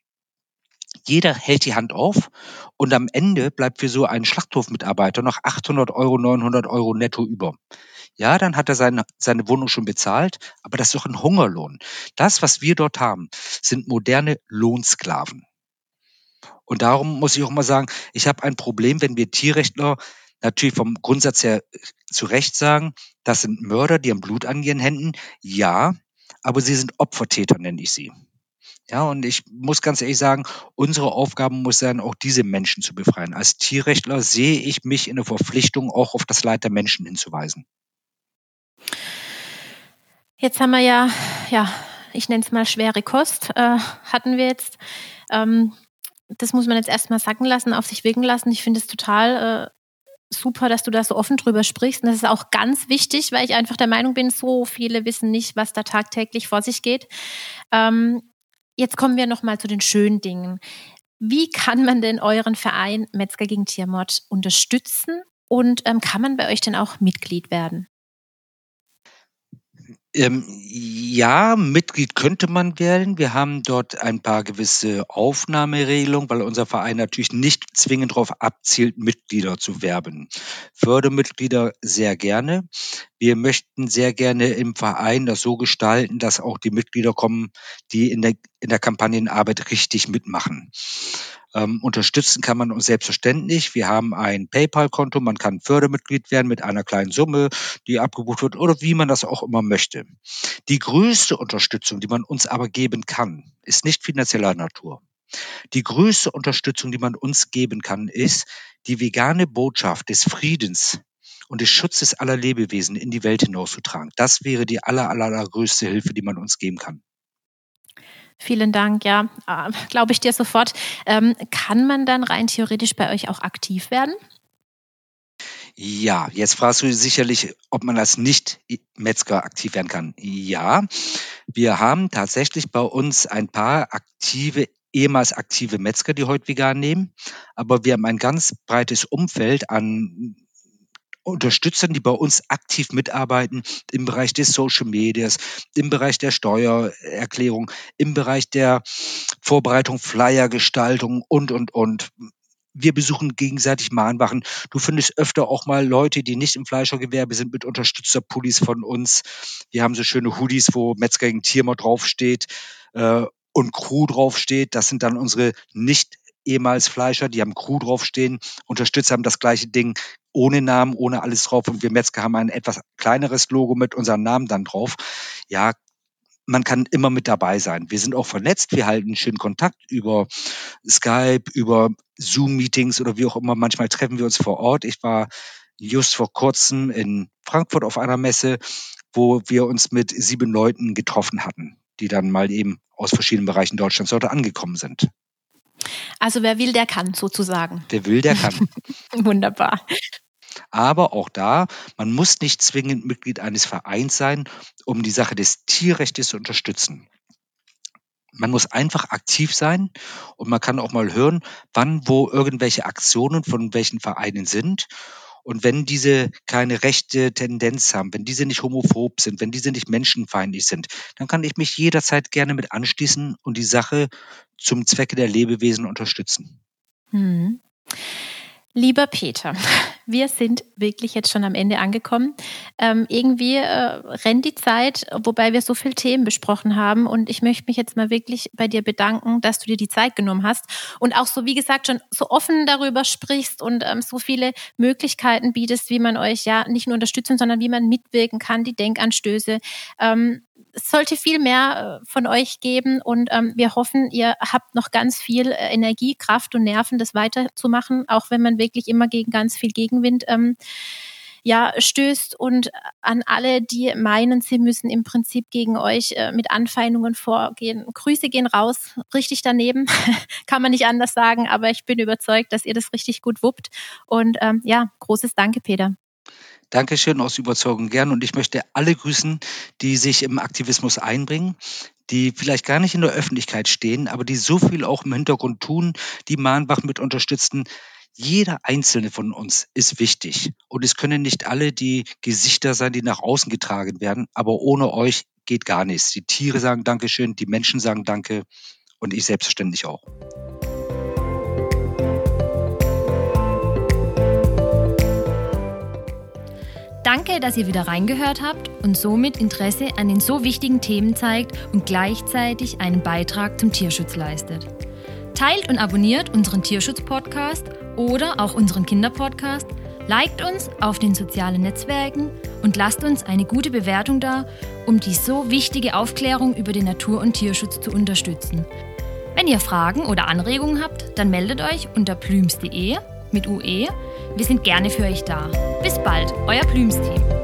[SPEAKER 3] Jeder hält die Hand auf und am Ende bleibt für so einen Schlachthofmitarbeiter noch 800 Euro, 900 Euro netto über. Ja, dann hat er seine Wohnung schon bezahlt, aber das ist doch ein Hungerlohn. Das, was wir dort haben, sind moderne Lohnsklaven. Und darum muss ich auch mal sagen, ich habe ein Problem, wenn wir Tierrechtler natürlich vom Grundsatz her zu Recht sagen, das sind Mörder, die haben Blut an ihren Händen. Ja, aber sie sind Opfertäter, nenne ich sie. Ja, und ich muss ganz ehrlich sagen, unsere Aufgabe muss sein, auch diese Menschen zu befreien. Als Tierrechtler sehe ich mich in der Verpflichtung, auch auf das Leid der Menschen hinzuweisen.
[SPEAKER 2] Jetzt haben wir ja, ich nenne es mal schwere Kost, hatten wir jetzt. Das muss man jetzt erstmal sacken lassen, auf sich wirken lassen. Ich finde es total super, dass du da so offen drüber sprichst. Und das ist auch ganz wichtig, weil ich einfach der Meinung bin, so viele wissen nicht, was da tagtäglich vor sich geht. Jetzt kommen wir nochmal zu den schönen Dingen. Wie kann man denn euren Verein Metzger gegen Tiermord unterstützen und kann man bei euch denn auch Mitglied werden?
[SPEAKER 3] Ja, Mitglied könnte man werden. Wir haben dort ein paar gewisse Aufnahmeregelungen, weil unser Verein natürlich nicht zwingend darauf abzielt, Mitglieder zu werben. Fördermitglieder sehr gerne. Wir möchten sehr gerne im Verein das so gestalten, dass auch die Mitglieder kommen, die in der Kampagnenarbeit richtig mitmachen. Unterstützen kann man uns selbstverständlich. Wir haben ein PayPal-Konto, man kann Fördermitglied werden mit einer kleinen Summe, die abgebucht wird oder wie man das auch immer möchte. Die größte Unterstützung, die man uns aber geben kann, ist nicht finanzieller Natur. Die größte Unterstützung, die man uns geben kann, ist die vegane Botschaft des Friedens und des Schutzes aller Lebewesen in die Welt hinauszutragen. Das wäre die allergrößte Hilfe, die man uns geben kann.
[SPEAKER 2] Vielen Dank, ja, glaube ich dir sofort. Kann man dann rein theoretisch bei euch auch aktiv werden?
[SPEAKER 3] Ja, jetzt fragst du sicherlich, ob man als Nicht-Metzger aktiv werden kann. Ja, wir haben tatsächlich bei uns ein paar ehemals aktive Metzger, die heute vegan nehmen. Aber wir haben ein ganz breites Umfeld an Unterstützern, die bei uns aktiv mitarbeiten im Bereich des Social Medias, im Bereich der Steuererklärung, im Bereich der Vorbereitung, Flyergestaltung und. Wir besuchen gegenseitig Mahnwachen. Du findest öfter auch mal Leute, die nicht im Fleischergewerbe sind, mit Unterstützerpullis von uns. Wir haben so schöne Hoodies, wo Metzger gegen Tiermord draufsteht und Crew draufsteht. Das sind dann unsere nicht ehemals Fleischer, die haben Crew draufstehen. Unterstützer haben das gleiche Ding ohne Namen, ohne alles drauf. Und wir Metzger haben ein etwas kleineres Logo mit unserem Namen dann drauf. Ja, man kann immer mit dabei sein. Wir sind auch vernetzt. Wir halten schön Kontakt über Skype, über Zoom-Meetings oder wie auch immer. Manchmal treffen wir uns vor Ort. Ich war just vor kurzem in Frankfurt auf einer Messe, wo wir uns mit 7 Leuten getroffen hatten, die dann mal eben aus verschiedenen Bereichen Deutschlands dort angekommen sind.
[SPEAKER 2] Also wer will, der kann sozusagen.
[SPEAKER 3] Wer will, der kann.
[SPEAKER 2] Wunderbar.
[SPEAKER 3] Aber auch da, man muss nicht zwingend Mitglied eines Vereins sein, um die Sache des Tierrechts zu unterstützen. Man muss einfach aktiv sein und man kann auch mal hören, wann, wo irgendwelche Aktionen von welchen Vereinen sind. Und wenn diese keine rechte Tendenz haben, wenn diese nicht homophob sind, wenn diese nicht menschenfeindlich sind, dann kann ich mich jederzeit gerne mit anschließen und die Sache zum Zwecke der Lebewesen unterstützen.
[SPEAKER 2] Lieber Peter, wir sind wirklich jetzt schon am Ende angekommen. Irgendwie rennt die Zeit, wobei wir so viele Themen besprochen haben. Und ich möchte mich jetzt mal wirklich bei dir bedanken, dass du dir die Zeit genommen hast und auch so, wie gesagt, schon so offen darüber sprichst und so viele Möglichkeiten bietest, wie man euch ja nicht nur unterstützen, sondern wie man mitwirken kann, die Denkanstöße. Es sollte viel mehr von euch geben und wir hoffen, ihr habt noch ganz viel Energie, Kraft und Nerven, das weiterzumachen, auch wenn man wirklich immer gegen ganz viel Gegenwind stößt. Und an alle, die meinen, sie müssen im Prinzip gegen euch mit Anfeindungen vorgehen. Grüße gehen raus, richtig daneben, kann man nicht anders sagen, aber ich bin überzeugt, dass ihr das richtig gut wuppt. Und großes Danke, Peter.
[SPEAKER 3] Dankeschön, aus Überzeugung gern. Und ich möchte alle grüßen, die sich im Aktivismus einbringen, die vielleicht gar nicht in der Öffentlichkeit stehen, aber die so viel auch im Hintergrund tun, die Mahnwachen mit unterstützen. Jeder einzelne von uns ist wichtig. Und es können nicht alle die Gesichter sein, die nach außen getragen werden. Aber ohne euch geht gar nichts. Die Tiere sagen Dankeschön, die Menschen sagen Danke und ich selbstverständlich auch.
[SPEAKER 1] Danke, dass ihr wieder reingehört habt und somit Interesse an den so wichtigen Themen zeigt und gleichzeitig einen Beitrag zum Tierschutz leistet. Teilt und abonniert unseren Tierschutz-Podcast oder auch unseren Kinderpodcast, liked uns auf den sozialen Netzwerken und lasst uns eine gute Bewertung da, um die so wichtige Aufklärung über den Natur- und Tierschutz zu unterstützen. Wenn ihr Fragen oder Anregungen habt, dann meldet euch unter plüms.de mit UE. Wir sind gerne für euch da. Bis bald, euer Plüms-Team.